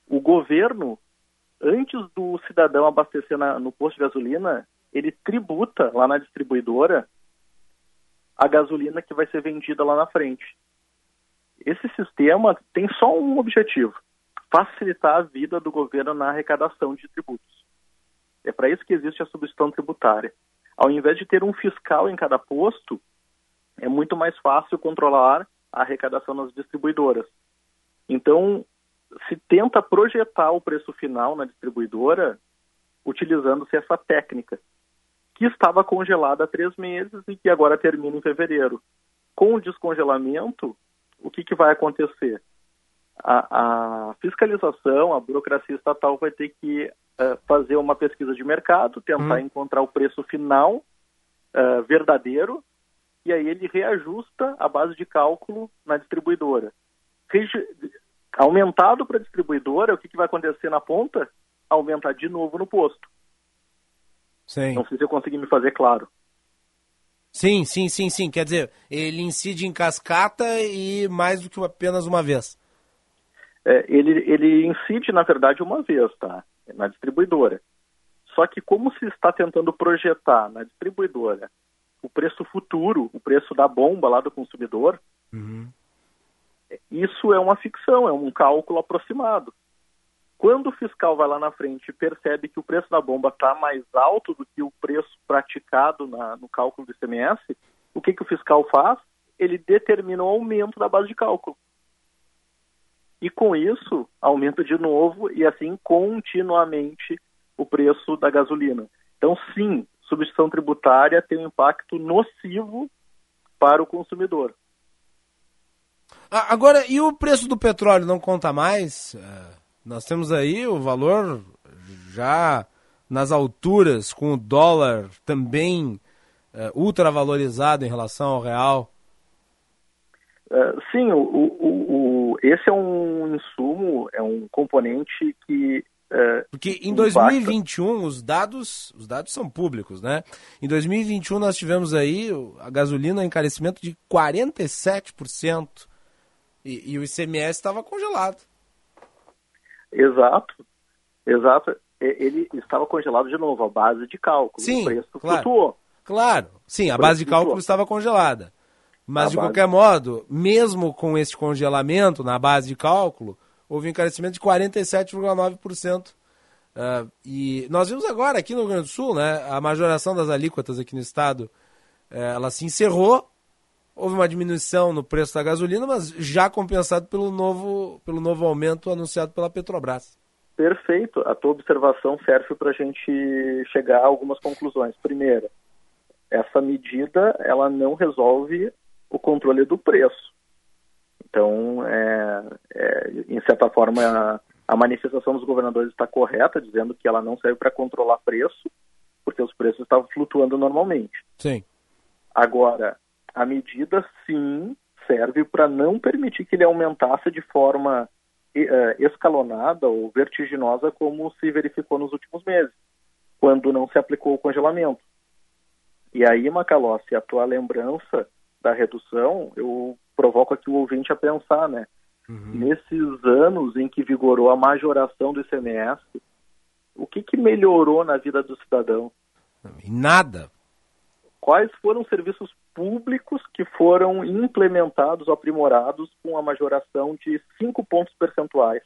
O governo, antes do cidadão abastecer no posto de gasolina, ele tributa lá na distribuidora a gasolina que vai ser vendida lá na frente. Esse sistema tem só um objetivo: facilitar a vida do governo na arrecadação de tributos. É para isso que existe a substituição tributária. Ao invés de ter um fiscal em cada posto, é muito mais fácil controlar a arrecadação nas distribuidoras. Então, se tenta projetar o preço final na distribuidora utilizando-se essa técnica, que estava congelada há 3 meses e que agora termina em fevereiro. Com o descongelamento, o que vai acontecer? A fiscalização, a burocracia estatal vai ter que fazer uma pesquisa de mercado, tentar encontrar o preço final verdadeiro, e aí ele reajusta a base de cálculo na distribuidora. Aumentado para a distribuidora, o que vai acontecer na ponta? Aumentar de novo no posto. Sim. Não sei se eu consegui me fazer claro. Sim. Quer dizer, ele incide em cascata e mais do que apenas uma vez. Ele incide, na verdade, uma vez, tá? Na distribuidora. Só que como se está tentando projetar na distribuidora o preço futuro, o preço da bomba lá do consumidor, isso é uma ficção, é um cálculo aproximado. Quando o fiscal vai lá na frente e percebe que o preço da bomba está mais alto do que o preço praticado no cálculo do ICMS, o que o fiscal faz? Ele determina o aumento da base de cálculo. E com isso, aumenta de novo e assim continuamente o preço da gasolina. Então, sim, substituição tributária tem um impacto nocivo para o consumidor. Agora, e o preço do petróleo não conta mais? Nós temos aí o valor já nas alturas, com o dólar também ultravalorizado em relação ao real. Sim, esse é um insumo, é um componente que... Porque em 2021 os dados são públicos, né? Em 2021 nós tivemos aí a gasolina em encarecimento de 47% e o ICMS estava congelado. Exato. Ele estava congelado de novo, a base de cálculo. Sim, o preço claro, flutuou. Claro, sim, a base de cálculo estava congelada. Mas, de qualquer modo, mesmo com esse congelamento na base de cálculo, houve um encarecimento de 47,9%. E nós vimos agora aqui no Rio Grande do Sul, né, a majoração das alíquotas aqui no estado, ela se encerrou. Houve uma diminuição no preço da gasolina, mas já compensado pelo novo aumento anunciado pela Petrobras. Perfeito. A tua observação serve para a gente chegar a algumas conclusões. Primeiro, essa medida ela não resolve o controle do preço. Então, em certa forma, a manifestação dos governadores está correta, dizendo que ela não serve para controlar preço, porque os preços estavam flutuando normalmente. Sim. Agora, a medida, sim, serve para não permitir que ele aumentasse de forma escalonada ou vertiginosa, como se verificou nos últimos meses, quando não se aplicou o congelamento. E aí, Macalossi, a tua lembrança da redução, eu provoco aqui o ouvinte a pensar, né? Nesses anos em que vigorou a majoração do ICMS, o que melhorou na vida do cidadão? Nada. Quais foram os serviços públicos que foram implementados ou aprimorados com a majoração de 5 pontos percentuais?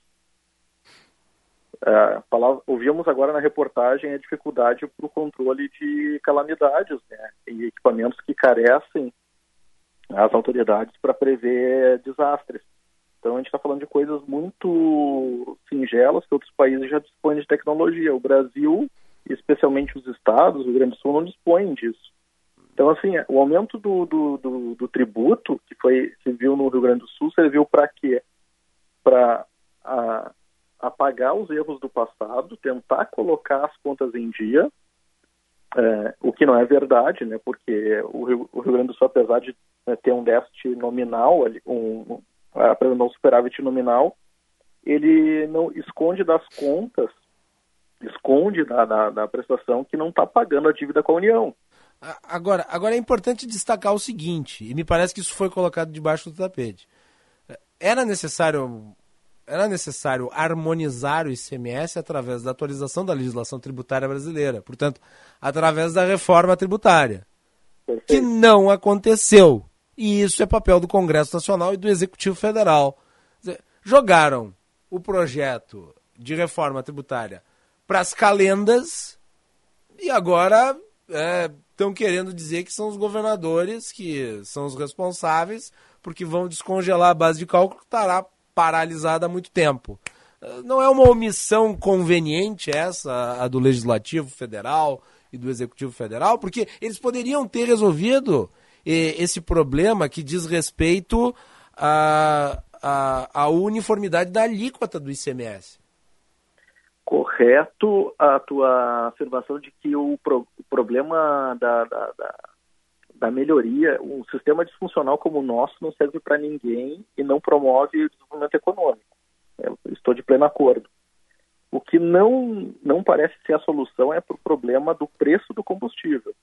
Ouvimos agora na reportagem a dificuldade para o controle de calamidades, né, e equipamentos que carecem as autoridades para prever desastres. Então a gente está falando de coisas muito singelas que outros países já dispõem de tecnologia. O Brasil, especialmente os estados, o Rio Grande do Sul, não dispõem disso. Então, assim, o aumento do tributo que se viu no Rio Grande do Sul serviu para quê? Para apagar os erros do passado, tentar colocar as contas em dia, o que não é verdade, né? Porque o Rio Grande do Sul, apesar de ter um déficit nominal, um superávit nominal, ele não esconde das contas, esconde da prestação que não está pagando a dívida com a União. Agora é importante destacar o seguinte, e me parece que isso foi colocado debaixo do tapete. Era necessário era necessário harmonizar o ICMS através da atualização da legislação tributária brasileira, portanto, através da reforma tributária, que não aconteceu. E isso é papel do Congresso Nacional e do Executivo Federal. Jogaram o projeto de reforma tributária para as calendas e agora estão querendo dizer que são os governadores que são os responsáveis porque vão descongelar a base de cálculo que estará paralisada há muito tempo. Não é uma omissão conveniente essa, a do Legislativo Federal e do Executivo Federal, porque eles poderiam ter resolvido esse problema que diz respeito à uniformidade da alíquota do ICMS. Correto a tua afirmação de que o problema da melhoria, um sistema disfuncional como o nosso não serve para ninguém e não promove o desenvolvimento econômico. Eu estou de pleno acordo. O que não parece ser a solução é para o problema do preço do combustível.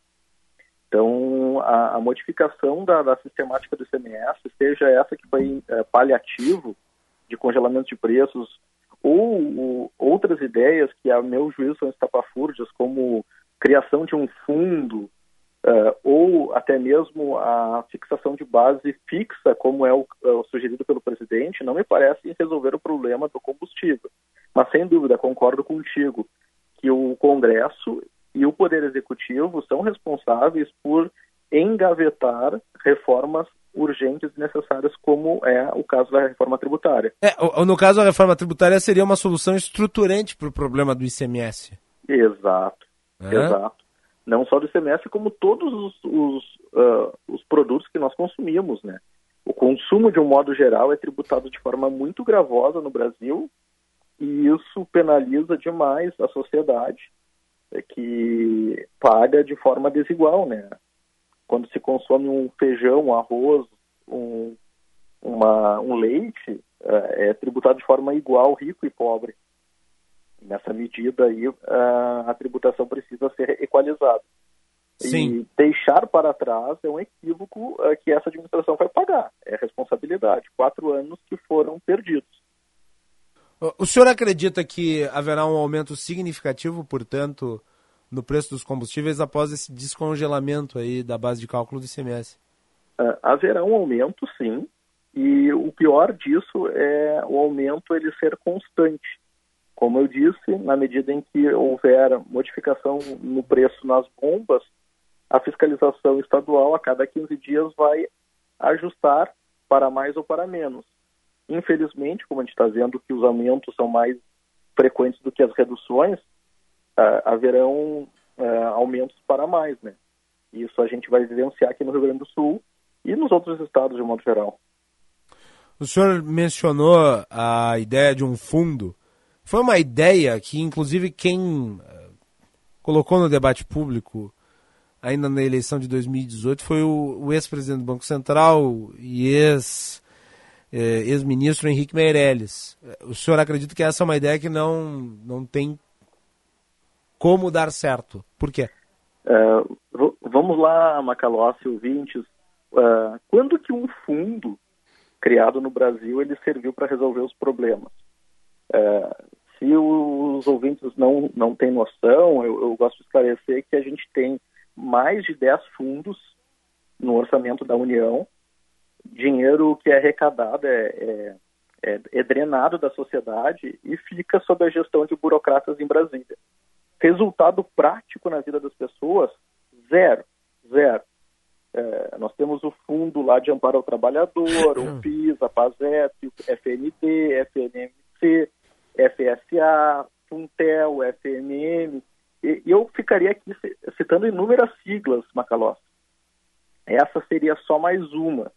Então, a modificação da sistemática do ICMS, seja essa que foi paliativo de congelamento de preços, ou outras ideias que, a meu juízo, são estapafúrdias, como criação de um fundo, ou até mesmo a fixação de base fixa, como é o sugerido pelo presidente, não me parece resolver o problema do combustível. Mas, sem dúvida, concordo contigo que o Congresso e o Poder Executivo são responsáveis por engavetar reformas urgentes e necessárias, como é o caso da reforma tributária. No caso, a reforma tributária seria uma solução estruturante para o problema do ICMS. Exato, exato. Não só do ICMS, como todos os produtos que nós consumimos, né? O consumo, de um modo geral, é tributado de forma muito gravosa no Brasil, e isso penaliza demais a sociedade, que paga de forma desigual, né? Quando se consome um feijão, um arroz, um leite, é tributado de forma igual, rico e pobre. Nessa medida aí, a tributação precisa ser equalizada. Sim. E deixar para trás é um equívoco que essa administração vai pagar. É responsabilidade. 4 anos que foram perdidos. O senhor acredita que haverá um aumento significativo, portanto, no preço dos combustíveis após esse descongelamento aí da base de cálculo do ICMS? Haverá um aumento, sim, e o pior disso é o aumento ele ser constante. Como eu disse, na medida em que houver modificação no preço nas bombas, a fiscalização estadual a cada 15 dias vai ajustar para mais ou para menos. Infelizmente, como a gente está vendo que os aumentos são mais frequentes do que as reduções, haverão aumentos para mais, né? Isso a gente vai vivenciar aqui no Rio Grande do Sul e nos outros estados de modo geral. O senhor mencionou a ideia de um fundo. Foi uma ideia que, inclusive, quem colocou no debate público ainda na eleição de 2018 foi o ex-presidente do Banco Central e ex-ministro Henrique Meirelles. O senhor acredita que essa é uma ideia que não tem como dar certo? Por quê? Vamos lá, Macalossi, ouvintes. Quando que um fundo criado no Brasil ele serviu para resolver os problemas? Se os ouvintes não têm noção, eu gosto de esclarecer que a gente tem mais de 10 fundos no orçamento da União. Dinheiro que é arrecadado é drenado da sociedade e fica sob a gestão de burocratas em Brasília. Resultado prático na vida das pessoas, zero. Nós temos o fundo lá de amparo ao trabalhador, o PIS, a PASEP, o FND, FNMC, FSA, Funtel, FMM, e eu ficaria aqui citando inúmeras siglas, Macalossi. Essa seria só mais uma.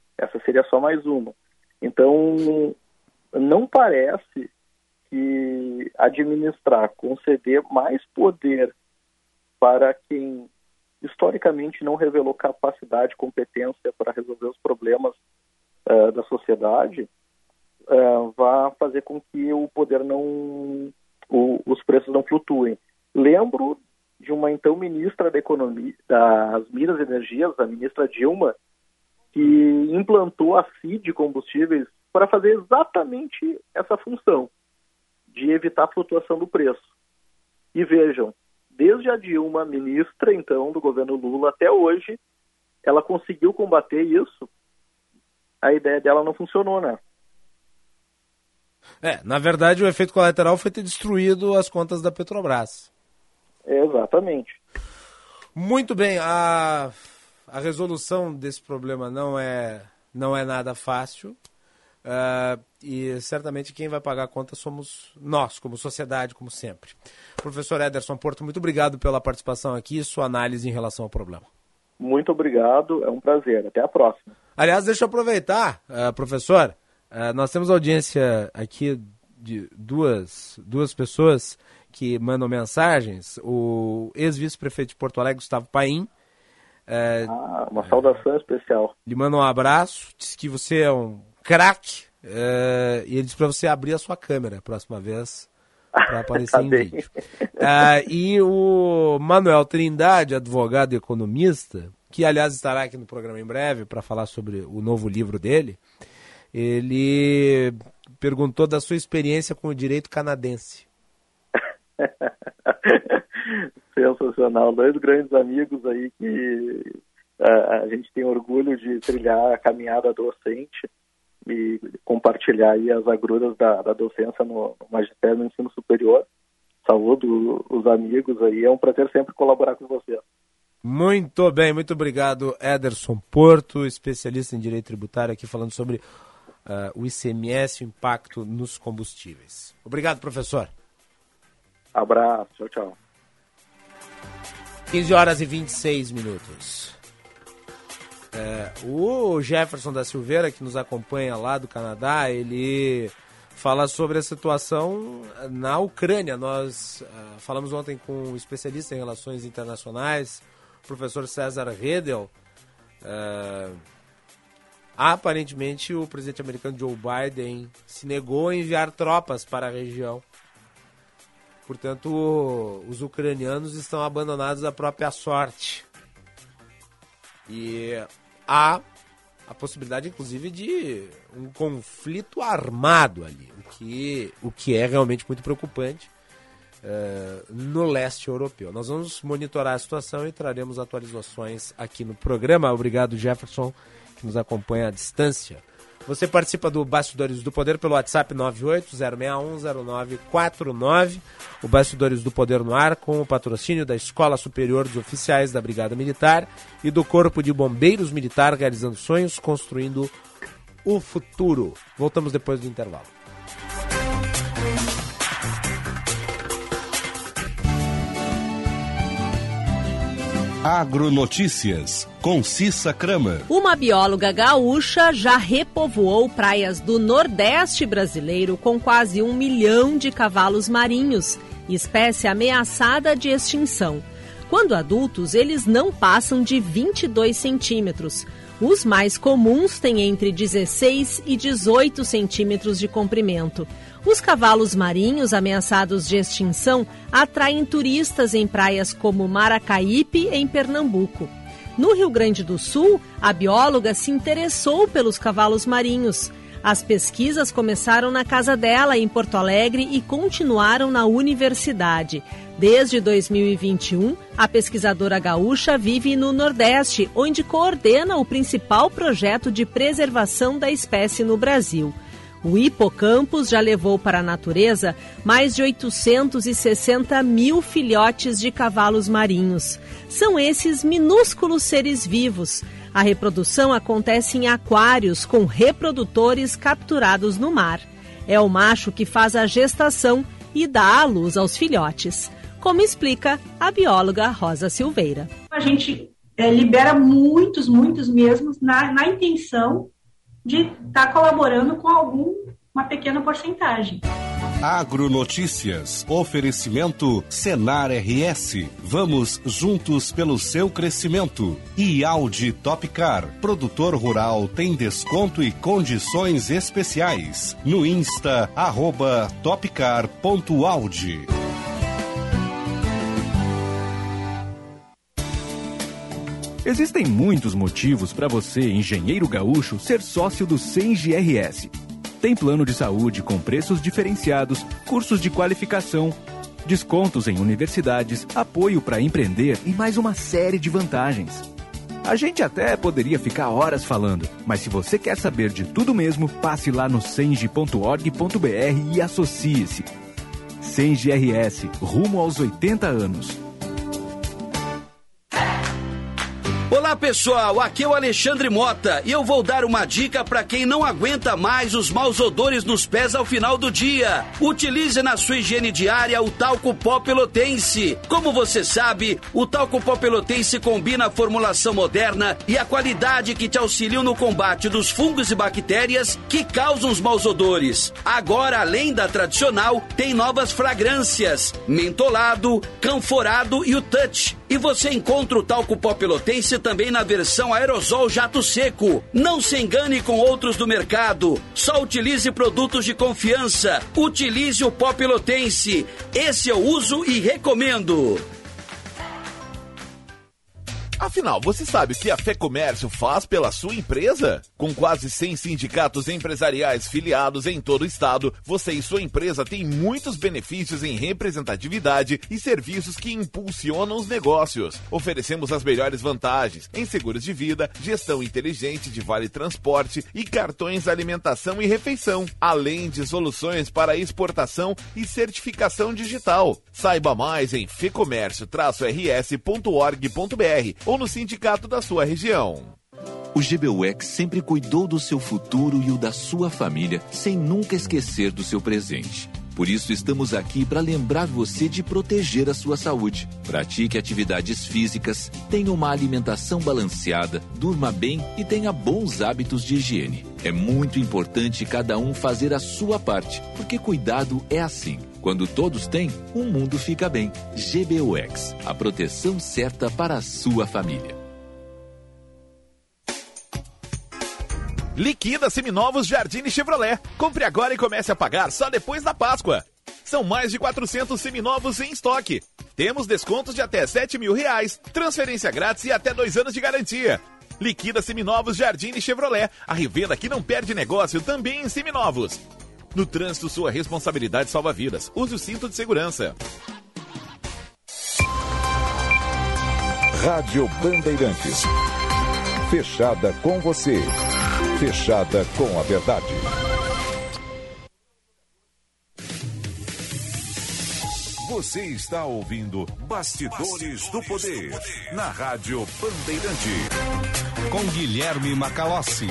Então, não parece que administrar, conceder mais poder para quem historicamente não revelou capacidade, competência para resolver os problemas da sociedade, vai fazer com que o poder os preços não flutuem. Lembro de uma então ministra da Economia, das Minas e Energias, a ministra Dilma, que implantou a FII de combustíveis para fazer exatamente essa função de evitar a flutuação do preço. E vejam, desde a Dilma, ministra, então, do governo Lula, até hoje, ela conseguiu combater isso. A ideia dela não funcionou, né? Na verdade, o efeito colateral foi ter destruído as contas da Petrobras. Exatamente. Muito bem, a resolução desse problema não é nada fácil. E certamente quem vai pagar a conta somos nós, como sociedade, como sempre. Professor Ederson Porto, muito obrigado pela participação aqui e sua análise em relação ao problema. Muito obrigado, é um prazer. Até a próxima. Aliás, deixa eu aproveitar, professor, nós temos audiência aqui de duas pessoas que mandam mensagens. O ex-vice-prefeito de Porto Alegre, Gustavo Paim. Uma saudação especial. Lhe manda um abraço, diz que você é um craque, e ele diz para você abrir a sua câmera a próxima vez para aparecer em vídeo. E o Manuel Trindade, advogado e economista, que aliás estará aqui no programa em breve para falar sobre o novo livro dele, ele perguntou da sua experiência com o direito canadense. Sensacional, 2 grandes amigos aí que a gente tem orgulho de trilhar a caminhada docente e compartilhar aí as agruras da docência no magistério no ensino superior. Saúdo os amigos aí, é um prazer sempre colaborar com vocês. Muito bem, muito obrigado, Ederson Porto, especialista em direito tributário, aqui falando sobre o ICMS, o impacto nos combustíveis. Obrigado, professor. Abraço, tchau, tchau. 15h26. O Jefferson da Silveira, que nos acompanha lá do Canadá, ele fala sobre a situação na Ucrânia. Nós falamos ontem com um especialista em relações internacionais, o professor César Redel. Aparentemente, o presidente americano Joe Biden se negou a enviar tropas para a região. Portanto, os ucranianos estão abandonados à própria sorte. E há a possibilidade, inclusive, de um conflito armado ali, o que é realmente muito preocupante no leste europeu. Nós vamos monitorar a situação e traremos atualizações aqui no programa. Obrigado, Jefferson, que nos acompanha à distância. Você participa do Bastidores do Poder pelo WhatsApp 980610949. O Bastidores do Poder no ar com o patrocínio da Escola Superior dos Oficiais da Brigada Militar e do Corpo de Bombeiros Militar, realizando sonhos, construindo o futuro. Voltamos depois do intervalo. Agronotícias, com Cissa Kramer. Uma bióloga gaúcha já repovoou praias do Nordeste brasileiro com quase 1 milhão de cavalos marinhos, espécie ameaçada de extinção. Quando adultos, eles não passam de 22 centímetros. Os mais comuns têm entre 16 e 18 centímetros de comprimento. Os cavalos marinhos ameaçados de extinção atraem turistas em praias como Maracaípe, em Pernambuco. No Rio Grande do Sul, a bióloga se interessou pelos cavalos marinhos. As pesquisas começaram na casa dela, em Porto Alegre, e continuaram na universidade. Desde 2021, a pesquisadora gaúcha vive no Nordeste, onde coordena o principal projeto de preservação da espécie no Brasil. O Hipocampus já levou para a natureza mais de 860 mil filhotes de cavalos marinhos. São esses minúsculos seres vivos. A reprodução acontece em aquários com reprodutores capturados no mar. É o macho que faz a gestação e dá à luz aos filhotes, como explica a bióloga Rosa Silveira. A gente libera muitos mesmo na intenção de estar colaborando com uma pequena porcentagem. Agronotícias, oferecimento Senar RS. Vamos juntos pelo seu crescimento. E Audi Topcar, produtor rural tem desconto e condições especiais. No Insta, @topcar.audi. Existem muitos motivos para você, engenheiro gaúcho, ser sócio do CENG-RS. Tem plano de saúde com preços diferenciados, cursos de qualificação, descontos em universidades, apoio para empreender e mais uma série de vantagens. A gente até poderia ficar horas falando, mas se você quer saber de tudo mesmo, passe lá no senge.org.br e associe-se. Senge RS, rumo aos 80 anos. Olá pessoal, aqui é o Alexandre Mota e eu vou dar uma dica para quem não aguenta mais os maus odores nos pés ao final do dia. Utilize na sua higiene diária o talco pó pelotense. Como você sabe, o talco pó pelotense combina a formulação moderna e a qualidade que te auxiliam no combate dos fungos e bactérias que causam os maus odores. Agora, além da tradicional, tem novas fragrâncias: mentolado, canforado e o touch. E você encontra o talco pó pelotense também na versão aerosol jato seco. Não se engane com outros do mercado. Só utilize produtos de confiança. Utilize o pó pelotense. Esse eu uso e recomendo. Afinal, você sabe o que a FEComércio faz pela sua empresa? Com quase 100 sindicatos empresariais filiados em todo o estado, você e sua empresa têm muitos benefícios em representatividade e serviços que impulsionam os negócios. Oferecemos as melhores vantagens em seguros de vida, gestão inteligente de vale transporte e cartões alimentação e refeição, além de soluções para exportação e certificação digital. Saiba mais em fecomércio-rs.org.br ou no sindicato da sua região. O GBUX sempre cuidou do seu futuro e o da sua família, sem nunca esquecer do seu presente. Por isso estamos aqui para lembrar você de proteger a sua saúde. Pratique atividades físicas, tenha uma alimentação balanceada, durma bem e tenha bons hábitos de higiene. É muito importante cada um fazer a sua parte, porque cuidado é assim. Quando todos têm, o mundo fica bem. GBUX, a proteção certa para a sua família. Liquida seminovos Jardine Chevrolet. Compre agora e comece a pagar só depois da Páscoa. São mais de 400 seminovos em estoque. Temos descontos de até R$7 mil, transferência grátis e até 2 anos de garantia. Liquida seminovos Jardine Chevrolet. A revenda que não perde negócio também em seminovos. No trânsito, sua responsabilidade salva vidas. Use o cinto de segurança. Rádio Bandeirantes. Fechada com você. Fechada com a verdade. Você está ouvindo Bastidores do Poder, na Rádio Bandeirante. Com Guilherme Macalossi.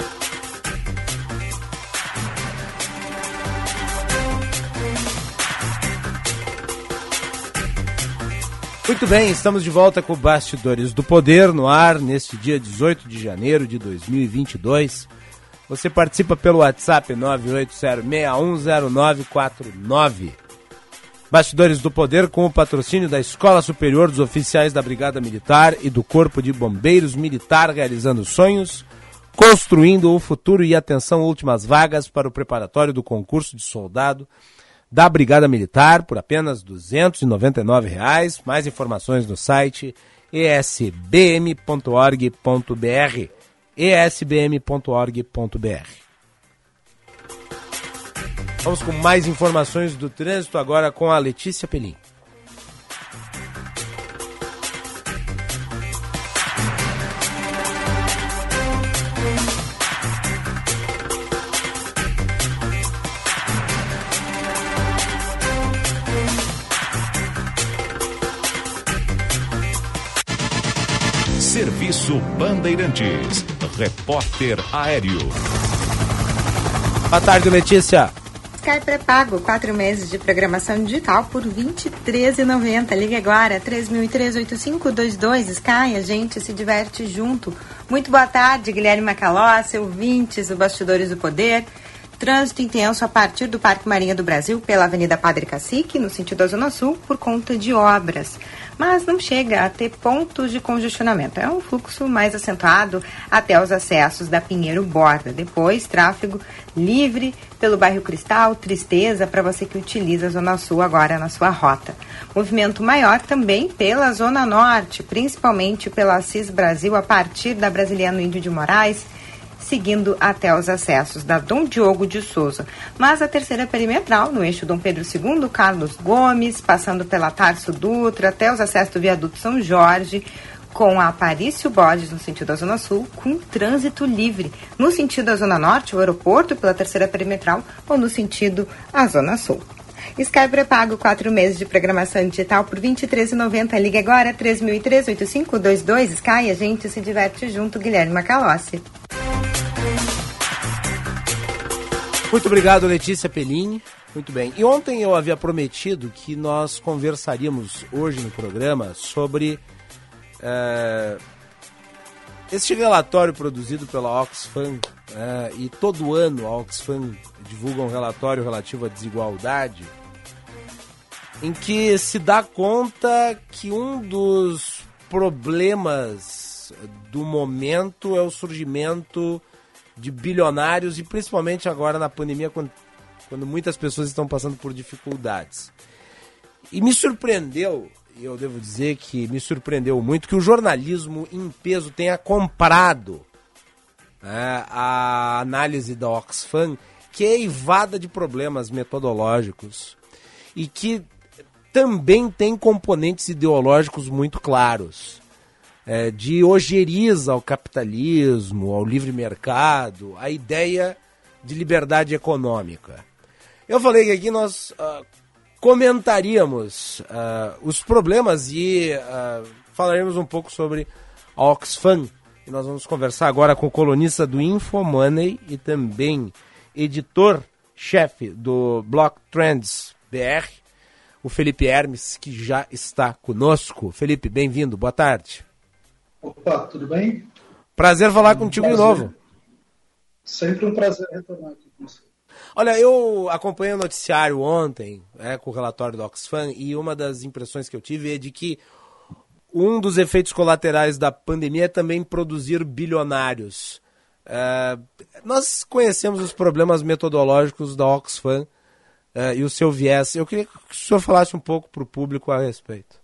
Muito bem, estamos de volta com Bastidores do Poder no ar, neste dia 18 de janeiro de 2022. Você participa pelo WhatsApp 980610949. Bastidores do Poder com o patrocínio da Escola Superior dos Oficiais da Brigada Militar e do Corpo de Bombeiros Militar, realizando sonhos, construindo o futuro. E atenção, últimas vagas para o preparatório do concurso de soldado da Brigada Militar por apenas R$ 299. Mais informações no site esbm.org.br. esbm.org.br. Vamos com mais informações do trânsito agora com a Letícia Pelim. Serviço Bandeirantes. Repórter Aéreo. Boa tarde, Letícia. Sky pré-pago, 4 meses de programação digital por R$ 23,90. Ligue agora, 3003-8522. Sky, a gente se diverte junto. Muito boa tarde, Guilherme Macalossi, ouvintes do Bastidores do Poder. Trânsito intenso a partir do Parque Marinha do Brasil pela Avenida Padre Cacique, no sentido da Zona Sul, por conta de obras. Mas não chega a ter pontos de congestionamento. É um fluxo mais acentuado até os acessos da Pinheiro Borda. Depois, tráfego livre pelo bairro Cristal, Tristeza, para você que utiliza a Zona Sul agora na sua rota. Movimento maior também pela Zona Norte, principalmente pela Assis Brasil, a partir da Brasiliano Índio de Moraes, seguindo até os acessos da Dom Diogo de Souza. Mas a terceira perimetral, no eixo Dom Pedro II, Carlos Gomes, passando pela Tarso Dutra, até os acessos do viaduto São Jorge, com a Aparício Borges no sentido da Zona Sul, com trânsito livre. No sentido da Zona Norte, o aeroporto pela terceira perimetral, ou no sentido a Zona Sul. Sky pré-pago 4 meses de programação digital por R$ 23,90. Ligue agora, 3003-8522. Sky, a gente se diverte junto. Guilherme Macalossi. Muito obrigado, Letícia Pellini. Muito bem. E ontem eu havia prometido que nós conversaríamos hoje no programa sobre este relatório produzido pela Oxfam, e todo ano a Oxfam divulga um relatório relativo à desigualdade, em que se dá conta que um dos problemas do momento é o surgimento de bilionários, e principalmente agora na pandemia, quando muitas pessoas estão passando por dificuldades. E me surpreendeu, e eu devo dizer que me surpreendeu muito, que o jornalismo em peso tenha comprado a análise da Oxfam, que é eivada de problemas metodológicos e que também tem componentes ideológicos muito claros, de ojeriza ao capitalismo, ao livre mercado, a ideia de liberdade econômica. Eu falei que aqui nós comentaríamos os problemas e falaremos um pouco sobre a Oxfam. E nós vamos conversar agora com o colunista do InfoMoney e também editor-chefe do Block Trends BR, o Felipe Hermes, que já está conosco. Felipe, bem-vindo, boa tarde. Opa, tudo bem? Prazer falar contigo de novo. Sempre um prazer retornar aqui com você. Olha, eu acompanhei o noticiário ontem, com o relatório do Oxfam, e uma das impressões que eu tive é de que um dos efeitos colaterais da pandemia é também produzir bilionários. Nós conhecemos os problemas metodológicos da Oxfam e o seu viés. Eu queria que o senhor falasse um pouco para o público a respeito.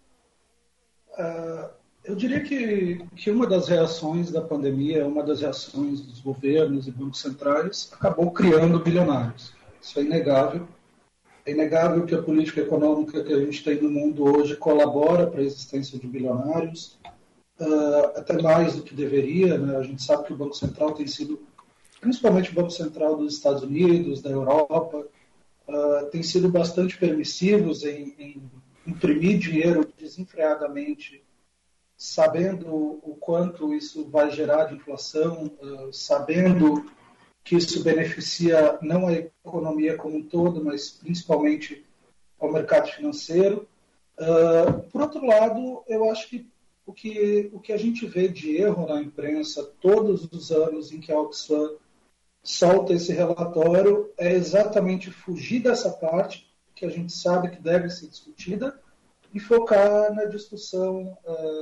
Eu diria que uma das reações da pandemia, uma das reações dos governos e bancos centrais, acabou criando bilionários. Isso é inegável. É inegável que a política econômica que a gente tem no mundo hoje colabora para a existência de bilionários, até mais do que deveria, né? A gente sabe que o Banco Central tem sido, principalmente o Banco Central dos Estados Unidos, da Europa, tem sido bastante permissivos em imprimir dinheiro desenfreadamente, sabendo o quanto isso vai gerar de inflação, sabendo que isso beneficia não a economia como um todo, mas principalmente ao mercado financeiro. Por outro lado, eu acho que o que a gente vê de erro na imprensa todos os anos em que a Oxfam solta esse relatório é exatamente fugir dessa parte que a gente sabe que deve ser discutida e focar na discussão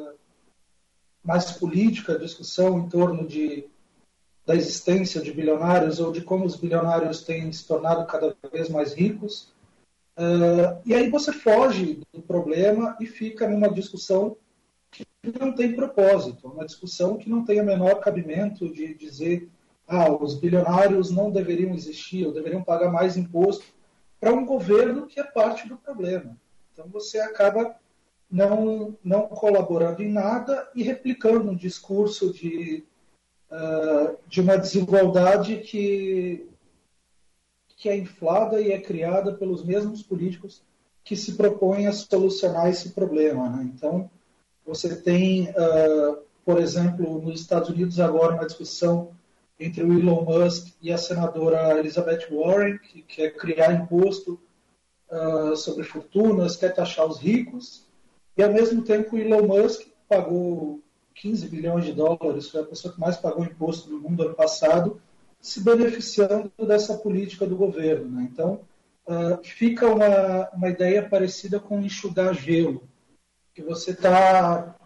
mais política, discussão em torno da existência de bilionários ou de como os bilionários têm se tornado cada vez mais ricos. E aí você foge do problema e fica numa discussão que não tem propósito, uma discussão que não tem o menor cabimento de dizer os bilionários não deveriam existir ou deveriam pagar mais imposto para um governo que é parte do problema. Então você acaba não colaborando em nada e replicando um discurso de uma desigualdade que é inflada e é criada pelos mesmos políticos que se propõem a solucionar esse problema, né? Então, você tem, por exemplo, nos Estados Unidos agora uma discussão entre o Elon Musk e a senadora Elizabeth Warren, que quer criar imposto sobre fortunas, quer taxar os ricos, e ao mesmo tempo o Elon Musk pagou 15 bilhões de dólares, foi a pessoa que mais pagou imposto no mundo ano passado, se beneficiando dessa política do governo, né? Então, fica uma ideia parecida com enxugar gelo, que você está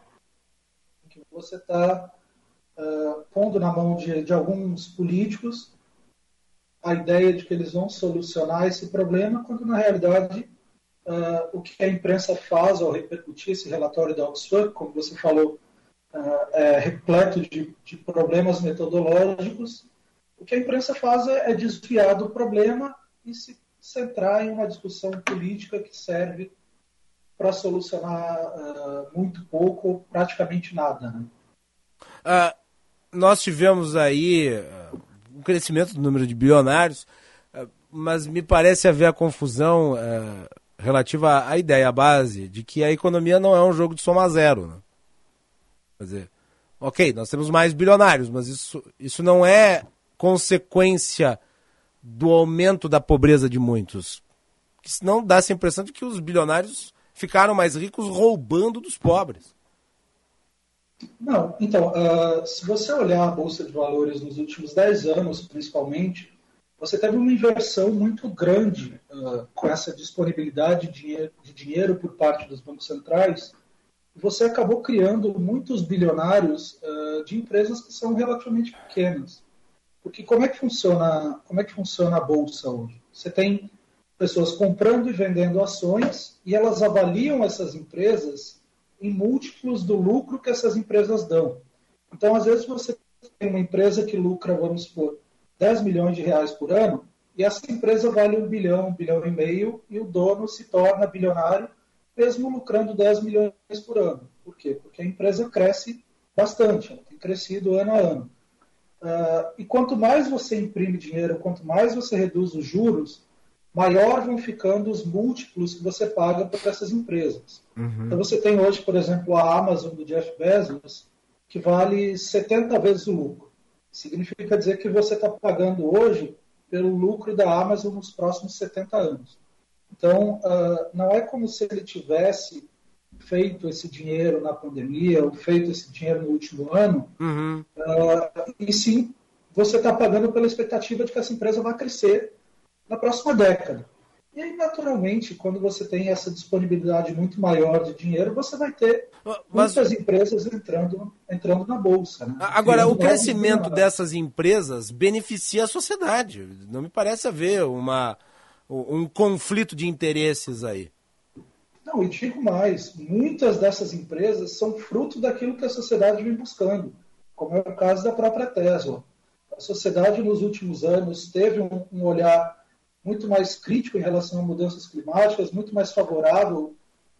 pondo na mão de alguns políticos a ideia de que eles vão solucionar esse problema, quando na realidade o que a imprensa faz ao repercutir esse relatório da Oxfam, como você falou, repleto de problemas metodológicos. O que a imprensa faz é desviar do problema e se centrar em uma discussão política que serve para solucionar muito pouco ou praticamente nada. Né? Nós tivemos aí um crescimento do número de bilionários, mas me parece haver a confusão relativa à ideia, à base, de que a economia não é um jogo de soma zero. Né? Quer dizer, ok, nós temos mais bilionários, mas isso não é consequência do aumento da pobreza de muitos. Senão dá-se a impressão de que os bilionários ficaram mais ricos roubando dos pobres. Não, então, se você olhar a Bolsa de Valores nos últimos 10 anos, principalmente, você teve uma inversão muito grande com essa disponibilidade de dinheiro por parte dos bancos centrais. Você acabou criando muitos bilionários de empresas que são relativamente pequenas. Porque como é que funciona a Bolsa hoje? Você tem pessoas comprando e vendendo ações e elas avaliam essas empresas em múltiplos do lucro que essas empresas dão. Então, às vezes, você tem uma empresa que lucra, vamos supor, 10 milhões de reais por ano, e essa empresa vale 1 bilhão e meio, e o dono se torna bilionário, mesmo lucrando 10 milhões por ano. Por quê? Porque a empresa cresce bastante, ela tem crescido ano a ano. E quanto mais você imprime dinheiro, quanto mais você reduz os juros, maior vão ficando os múltiplos que você paga para essas empresas. Uhum. Então você tem hoje, por exemplo, a Amazon do Jeff Bezos, que vale 70 vezes o lucro. Significa dizer que você está pagando hoje pelo lucro da Amazon nos próximos 70 anos. Então, não é como se ele tivesse feito esse dinheiro na pandemia ou feito esse dinheiro no último ano, uhum. E sim, você está pagando pela expectativa de que essa empresa vai crescer na próxima década. E aí, naturalmente, quando você tem essa disponibilidade muito maior de dinheiro, você vai ter muitas empresas entrando na Bolsa. Né? Agora, o crescimento dessas empresas beneficia a sociedade. Não me parece haver um conflito de interesses aí. Não, e digo mais, muitas dessas empresas são fruto daquilo que a sociedade vem buscando, como é o caso da própria Tesla. A sociedade, nos últimos anos, teve um olhar muito mais crítico em relação a mudanças climáticas, muito mais favorável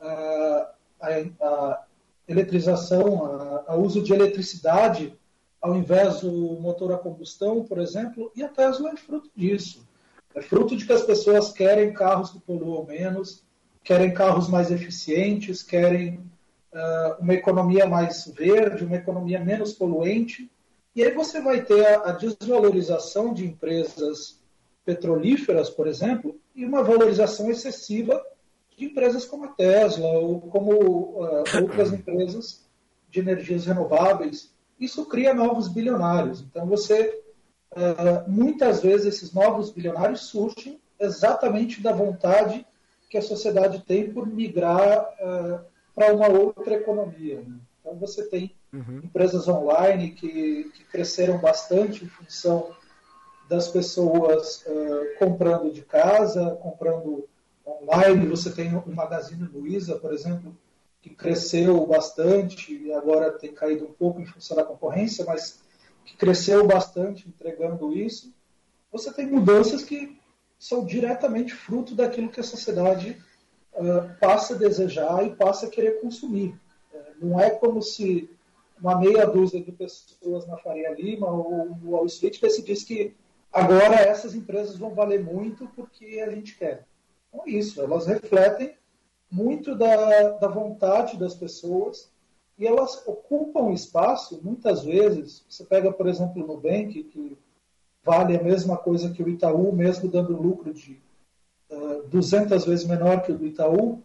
à eletrização, ao uso de eletricidade, ao invés do motor a combustão, por exemplo, e a Tesla é fruto disso. É fruto de que as pessoas querem carros que poluam menos, querem carros mais eficientes, querem uma economia mais verde, uma economia menos poluente, e aí você vai ter a desvalorização de empresas petrolíferas, por exemplo, e uma valorização excessiva de empresas como a Tesla ou como outras empresas de energias renováveis. Isso cria novos bilionários. Então, muitas vezes, esses novos bilionários surgem exatamente da vontade que a sociedade tem por migrar para uma outra economia. Né? Então, você tem empresas online que cresceram bastante em função das pessoas comprando de casa, comprando online. Você tem o Magazine Luiza, por exemplo, que cresceu bastante e agora tem caído um pouco em função da concorrência, mas que cresceu bastante entregando isso. Você tem mudanças que são diretamente fruto daquilo que a sociedade passa a desejar e passa a querer consumir. Não é como se uma meia dúzia de pessoas na Faria Lima ou no Wall Street decidisse que agora essas empresas vão valer muito porque a gente quer. Não é isso, elas refletem muito da vontade das pessoas e elas ocupam espaço, muitas vezes. Você pega, por exemplo, o Nubank, que vale a mesma coisa que o Itaú, mesmo dando lucro de 200 vezes menor que o do Itaú,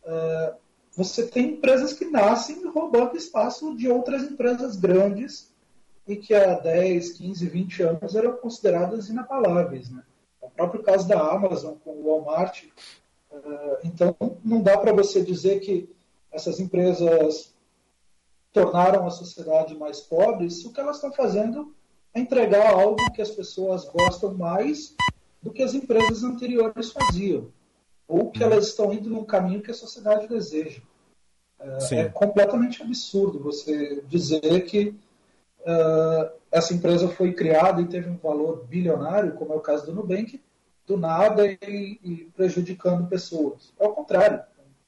você tem empresas que nascem roubando espaço de outras empresas grandes e que há 10, 15, 20 anos eram consideradas inabaláveis. Né? O próprio caso da Amazon com o Walmart. Então, não dá para você dizer que essas empresas tornaram a sociedade mais pobre se o que elas estão fazendo é entregar algo que as pessoas gostam mais do que as empresas anteriores faziam, ou que elas estão indo num caminho que a sociedade deseja. É completamente absurdo você dizer que essa empresa foi criada e teve um valor bilionário, como é o caso do Nubank, do nada e prejudicando pessoas. É o contrário.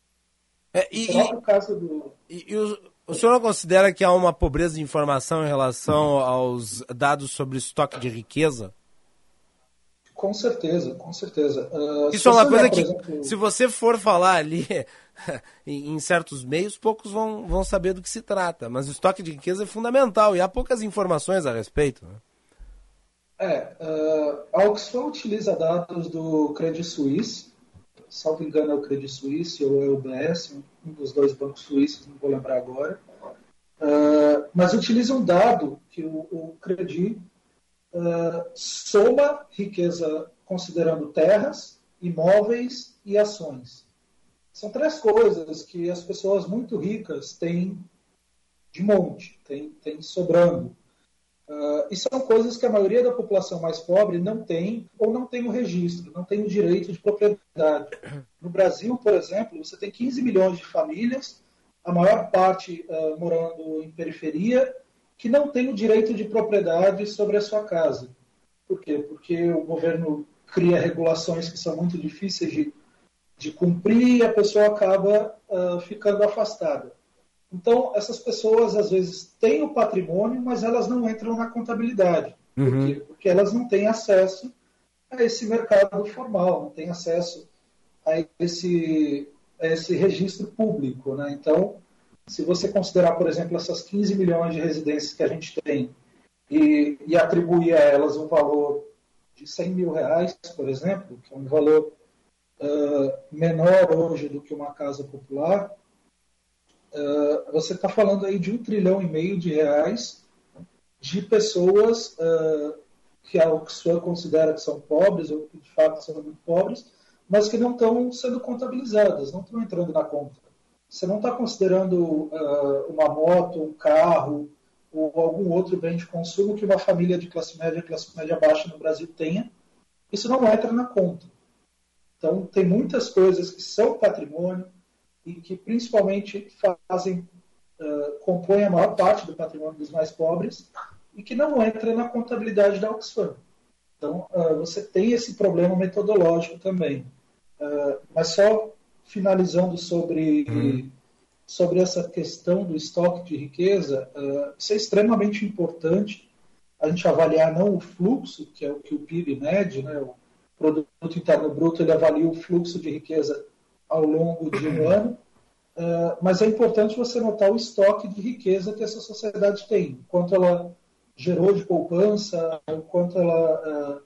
O caso do... O senhor não considera que há uma pobreza de informação em relação aos dados sobre estoque de riqueza? Com certeza, com certeza. Isso é uma coisa que, exemplo... se você for falar ali em certos meios, poucos vão saber do que se trata. Mas o estoque de riqueza é fundamental e há poucas informações a respeito. Né? A Oxfam utiliza dados do Credit Suisse, salvo engano é o Credit Suisse ou é o UBS, um dos dois bancos suíços, não vou lembrar agora. Mas utiliza um dado que o Credit soma riqueza considerando terras, imóveis e ações. São 3 coisas que as pessoas muito ricas têm de monte, têm sobrando. E são coisas que a maioria da população mais pobre não tem ou não tem o registro, não tem o direito de propriedade. No Brasil, por exemplo, você tem 15 milhões de famílias, a maior parte morando em periferia, que não tem o direito de propriedade sobre a sua casa. Por quê? Porque o governo cria regulações que são muito difíceis de cumprir e a pessoa acaba ficando afastada. Então, essas pessoas, às vezes, têm o patrimônio, mas elas não entram na contabilidade. Por quê? Porque elas não têm acesso a esse mercado formal, não têm acesso a esse registro público. Né? Então, se você considerar, por exemplo, essas 15 milhões de residências que a gente tem e atribuir a elas um valor de R$100 mil, por exemplo, que é um valor menor hoje do que uma casa popular, você está falando aí de R$1,5 trilhão de reais de pessoas que a Oxfam considera que são pobres, ou que de fato são muito pobres, mas que não estão sendo contabilizadas, não estão entrando na conta. Você não está considerando uma moto, um carro ou algum outro bem de consumo que uma família de classe média baixa no Brasil tenha. Isso não entra na conta. Então, tem muitas coisas que são patrimônio e que principalmente compõem a maior parte do patrimônio dos mais pobres e que não entra na contabilidade da Oxfam. Então, você tem esse problema metodológico também. Mas só finalizando sobre essa questão do estoque de riqueza, isso é extremamente importante, a gente avaliar não o fluxo, que é o que o PIB mede, né, o Produto Interno Bruto, ele avalia o fluxo de riqueza ao longo de um ano, mas é importante você notar o estoque de riqueza que essa sociedade tem, quanto ela gerou de poupança, o quanto ela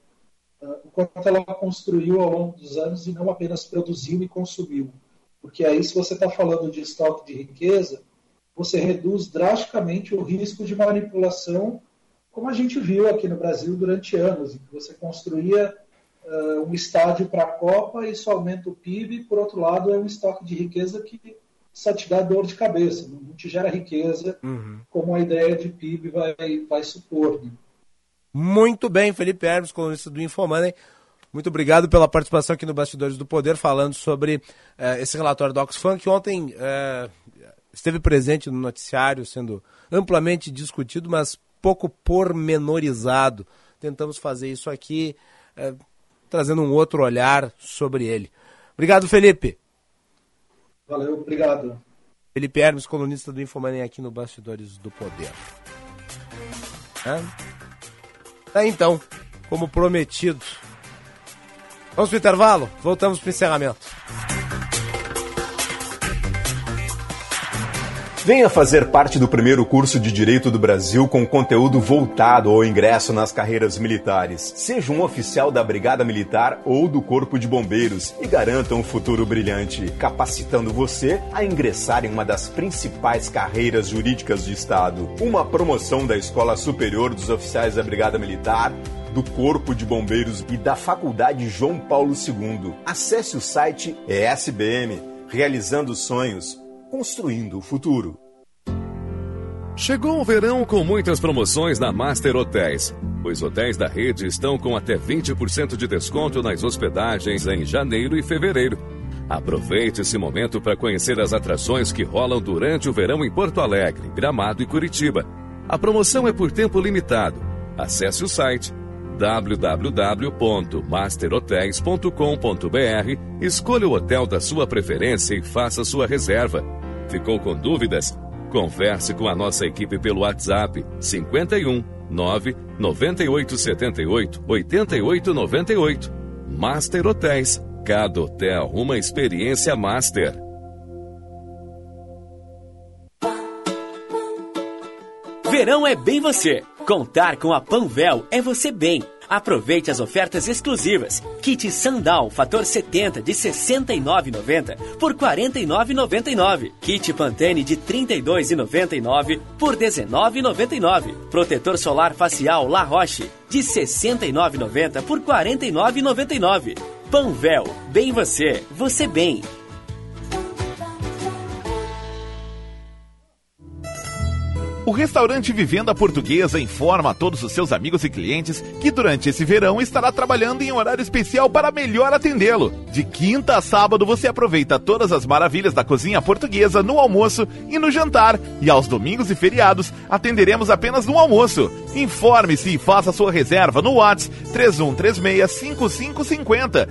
construiu ao longo dos anos e não apenas produziu e consumiu. Porque aí, se você está falando de estoque de riqueza, você reduz drasticamente o risco de manipulação, como a gente viu aqui no Brasil durante anos, em que você construía um estádio para a Copa e isso aumenta o PIB, por outro lado, é um estoque de riqueza que só te dá dor de cabeça, não te gera riqueza, como a ideia de PIB vai supor. Né? Muito bem, Felipe Hermes, colunista do Infomoney. Muito obrigado pela participação aqui no Bastidores do Poder, falando sobre esse relatório da Oxfam, que ontem esteve presente no noticiário, sendo amplamente discutido, mas pouco pormenorizado. Tentamos fazer isso aqui, trazendo um outro olhar sobre ele. Obrigado, Felipe. Valeu, obrigado. Felipe Hermes, colunista do Infomoney aqui no Bastidores do Poder. Então, como prometido, vamos para o intervalo? Voltamos para o encerramento. Venha fazer parte do primeiro curso de Direito do Brasil com conteúdo voltado ao ingresso nas carreiras militares. Seja um oficial da Brigada Militar ou do Corpo de Bombeiros e garanta um futuro brilhante, capacitando você a ingressar em uma das principais carreiras jurídicas do Estado. Uma promoção da Escola Superior dos Oficiais da Brigada Militar, do Corpo de Bombeiros e da Faculdade João Paulo II. Acesse o site ESBM, realizando sonhos, construindo o futuro. Chegou o verão com muitas promoções na Master Hotéis. Os hotéis da rede estão com até 20% de desconto nas hospedagens em janeiro e fevereiro. Aproveite esse momento para conhecer as atrações que rolam durante o verão em Porto Alegre, Gramado e Curitiba. A promoção é por tempo limitado. Acesse o site www.masterhotels.com.br, escolha o hotel da sua preferência e faça sua reserva. Ficou com dúvidas? Converse com a nossa equipe pelo WhatsApp 51 9 98 78 88 98. Master Hotels. Cada hotel uma experiência master. Verão é bem você. Contar com a Panvel é você bem. Aproveite as ofertas exclusivas. Kit Sandal fator 70 de R$ 69,90 por R$ 49,99. Kit Pantene de R$ 32,99 por R$ 19,99. Protetor solar facial La Roche de R$ 69,90 por R$ 49,99. Panvel, bem você, você bem. O restaurante Vivenda Portuguesa informa a todos os seus amigos e clientes que durante esse verão estará trabalhando em horário especial para melhor atendê-lo. De quinta a sábado você aproveita todas as maravilhas da cozinha portuguesa no almoço e no jantar. E aos domingos e feriados atenderemos apenas no almoço. Informe-se e faça sua reserva no WhatsApp 3136-5550.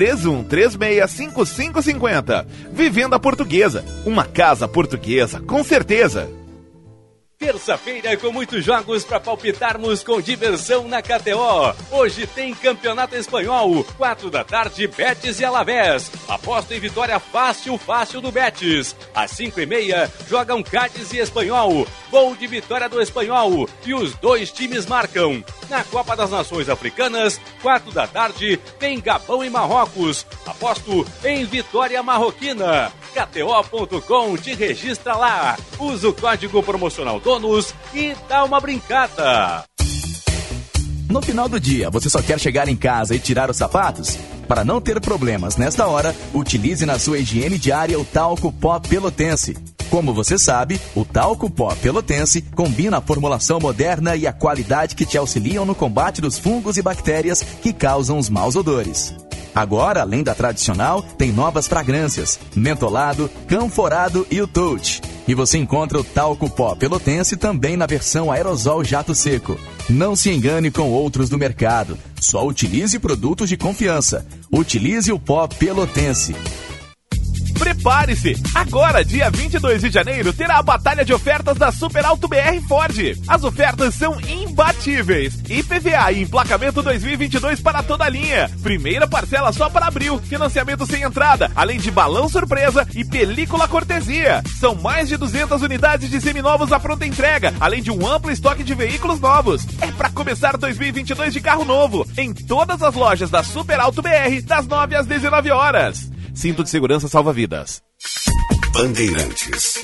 3136-5550. Vivenda Portuguesa, uma casa portuguesa com certeza. Terça-feira com muitos jogos para palpitarmos com diversão na KTO. Hoje tem Campeonato Espanhol, 4 da tarde, Betis e Alavés. Aposta em vitória fácil do Betis. Às 5h30, jogam Cádiz e Espanhol. Gol de vitória do Espanhol e os dois times marcam. Na Copa das Nações Africanas, 4 da tarde, tem Gabão e Marrocos. Aposto em vitória marroquina. KTO.com, te registra lá. Usa o código promocional DONOS e dá uma brincada. No final do dia, você só quer chegar em casa e tirar os sapatos? Para não ter problemas nesta hora, utilize na sua higiene diária o talco pó pelotense. Como você sabe, o talco pó pelotense combina a formulação moderna e a qualidade que te auxiliam no combate dos fungos e bactérias que causam os maus odores. Agora, além da tradicional, tem novas fragrâncias, mentolado, canforado e o touch. E você encontra o talco pó pelotense também na versão aerosol jato seco. Não se engane com outros do mercado. Só utilize produtos de confiança. Utilize o pó pelotense. Prepare-se! Agora, dia 22 de janeiro, terá a batalha de ofertas da Super Alto BR Ford. As ofertas são imbatíveis. IPVA e emplacamento 2022 para toda a linha. Primeira parcela só para abril. Financiamento sem entrada, além de balão surpresa e película cortesia. São mais de 200 unidades de seminovos à pronta entrega, além de um amplo estoque de veículos novos. É para começar 2022 de carro novo. Em todas as lojas da Super Alto BR, das 9 às 19 horas. Cinto de segurança salva vidas. Bandeirantes.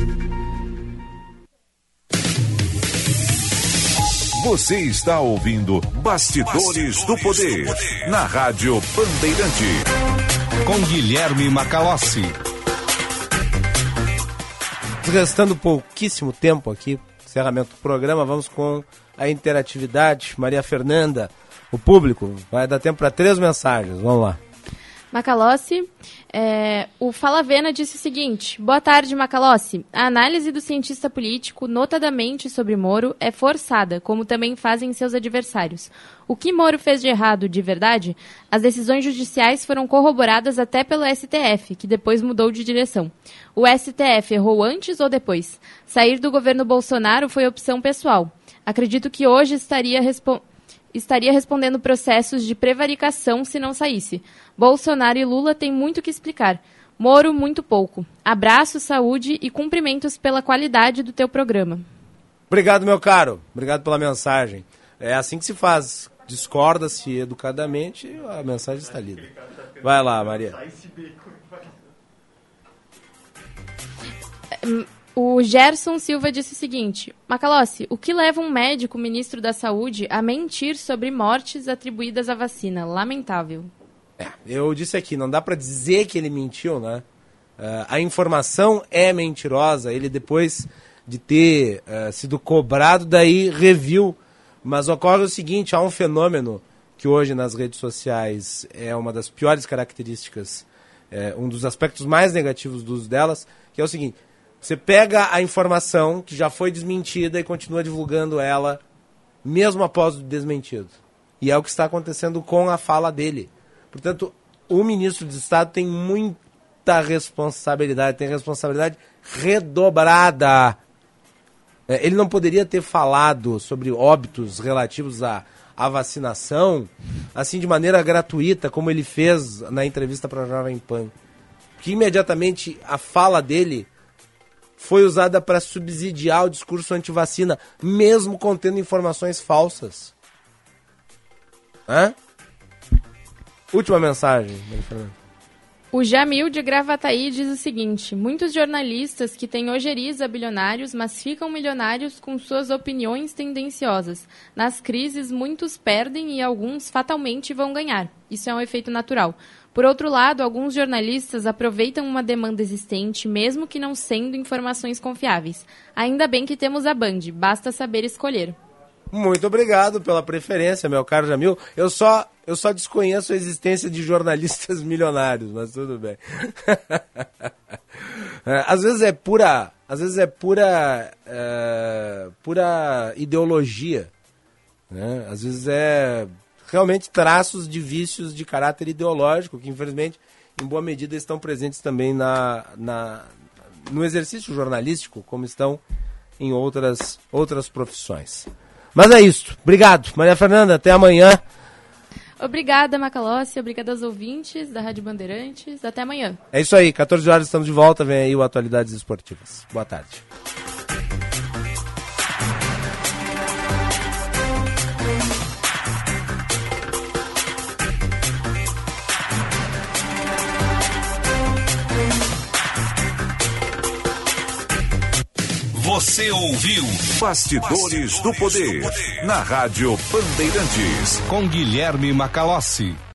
Você está ouvindo Bastidores do Poder, na Rádio Bandeirante. Com Guilherme Macalossi. Restando pouquíssimo tempo aqui, encerramento do programa, vamos com a interatividade. Maria Fernanda, o público, vai dar tempo para 3 mensagens, vamos lá. Macalossi, o Falavena disse o seguinte: boa tarde, Macalossi. A análise do cientista político, notadamente sobre Moro, é forçada, como também fazem seus adversários. O que Moro fez de errado, de verdade? As decisões judiciais foram corroboradas até pelo STF, que depois mudou de direção. O STF errou antes ou depois? Sair do governo Bolsonaro foi opção pessoal. Acredito que hoje estaria respondendo processos de prevaricação se não saísse. Bolsonaro e Lula têm muito que explicar. Moro, muito pouco. Abraço, saúde e cumprimentos pela qualidade do teu programa. Obrigado, meu caro. Obrigado pela mensagem. É assim que se faz. Discorda-se educadamente, a mensagem está lida. Vai lá, Maria. O Gerson Silva disse o seguinte: Macalossi, o que leva um médico, ministro da Saúde, a mentir sobre mortes atribuídas à vacina? Lamentável. Eu disse aqui, não dá para dizer que ele mentiu, né? A informação é mentirosa, ele depois de ter sido cobrado, daí reviu. Mas ocorre o seguinte, há um fenômeno que hoje nas redes sociais é uma das piores características um dos aspectos mais negativos do uso delas, que é o seguinte: você pega a informação que já foi desmentida e continua divulgando ela, mesmo após o desmentido. E é o que está acontecendo com a fala dele. Portanto, o ministro de Estado tem muita responsabilidade, tem responsabilidade redobrada. Ele não poderia ter falado sobre óbitos relativos à vacinação, assim, de maneira gratuita, como ele fez na entrevista para a Jovem Pan. Que imediatamente a fala dele foi usada para subsidiar o discurso antivacina, mesmo contendo informações falsas. Última mensagem, Maria Fernanda. O Jamil de Gravataí diz o seguinte: muitos jornalistas que têm ojeriza bilionários, mas ficam milionários com suas opiniões tendenciosas. Nas crises, muitos perdem e alguns fatalmente vão ganhar. Isso é um efeito natural. Por outro lado, alguns jornalistas aproveitam uma demanda existente, mesmo que não sendo informações confiáveis. Ainda bem que temos a Band, basta saber escolher. Muito obrigado pela preferência, meu caro Jamil. Eu só desconheço a existência de jornalistas milionários, mas tudo bem. Às vezes é pura ideologia, né? Às vezes é realmente traços de vícios de caráter ideológico, que infelizmente, em boa medida, estão presentes também no exercício jornalístico, como estão em outras profissões. Mas é isso. Obrigado, Maria Fernanda. Até amanhã. Obrigada, Macalossi. Obrigada aos ouvintes da Rádio Bandeirantes. Até amanhã. É isso aí. 14 horas estamos de volta. Vem aí o Atualidades Esportivas. Boa tarde. Você ouviu Bastidores do Poder na Rádio Bandeirantes com Guilherme Macalossi.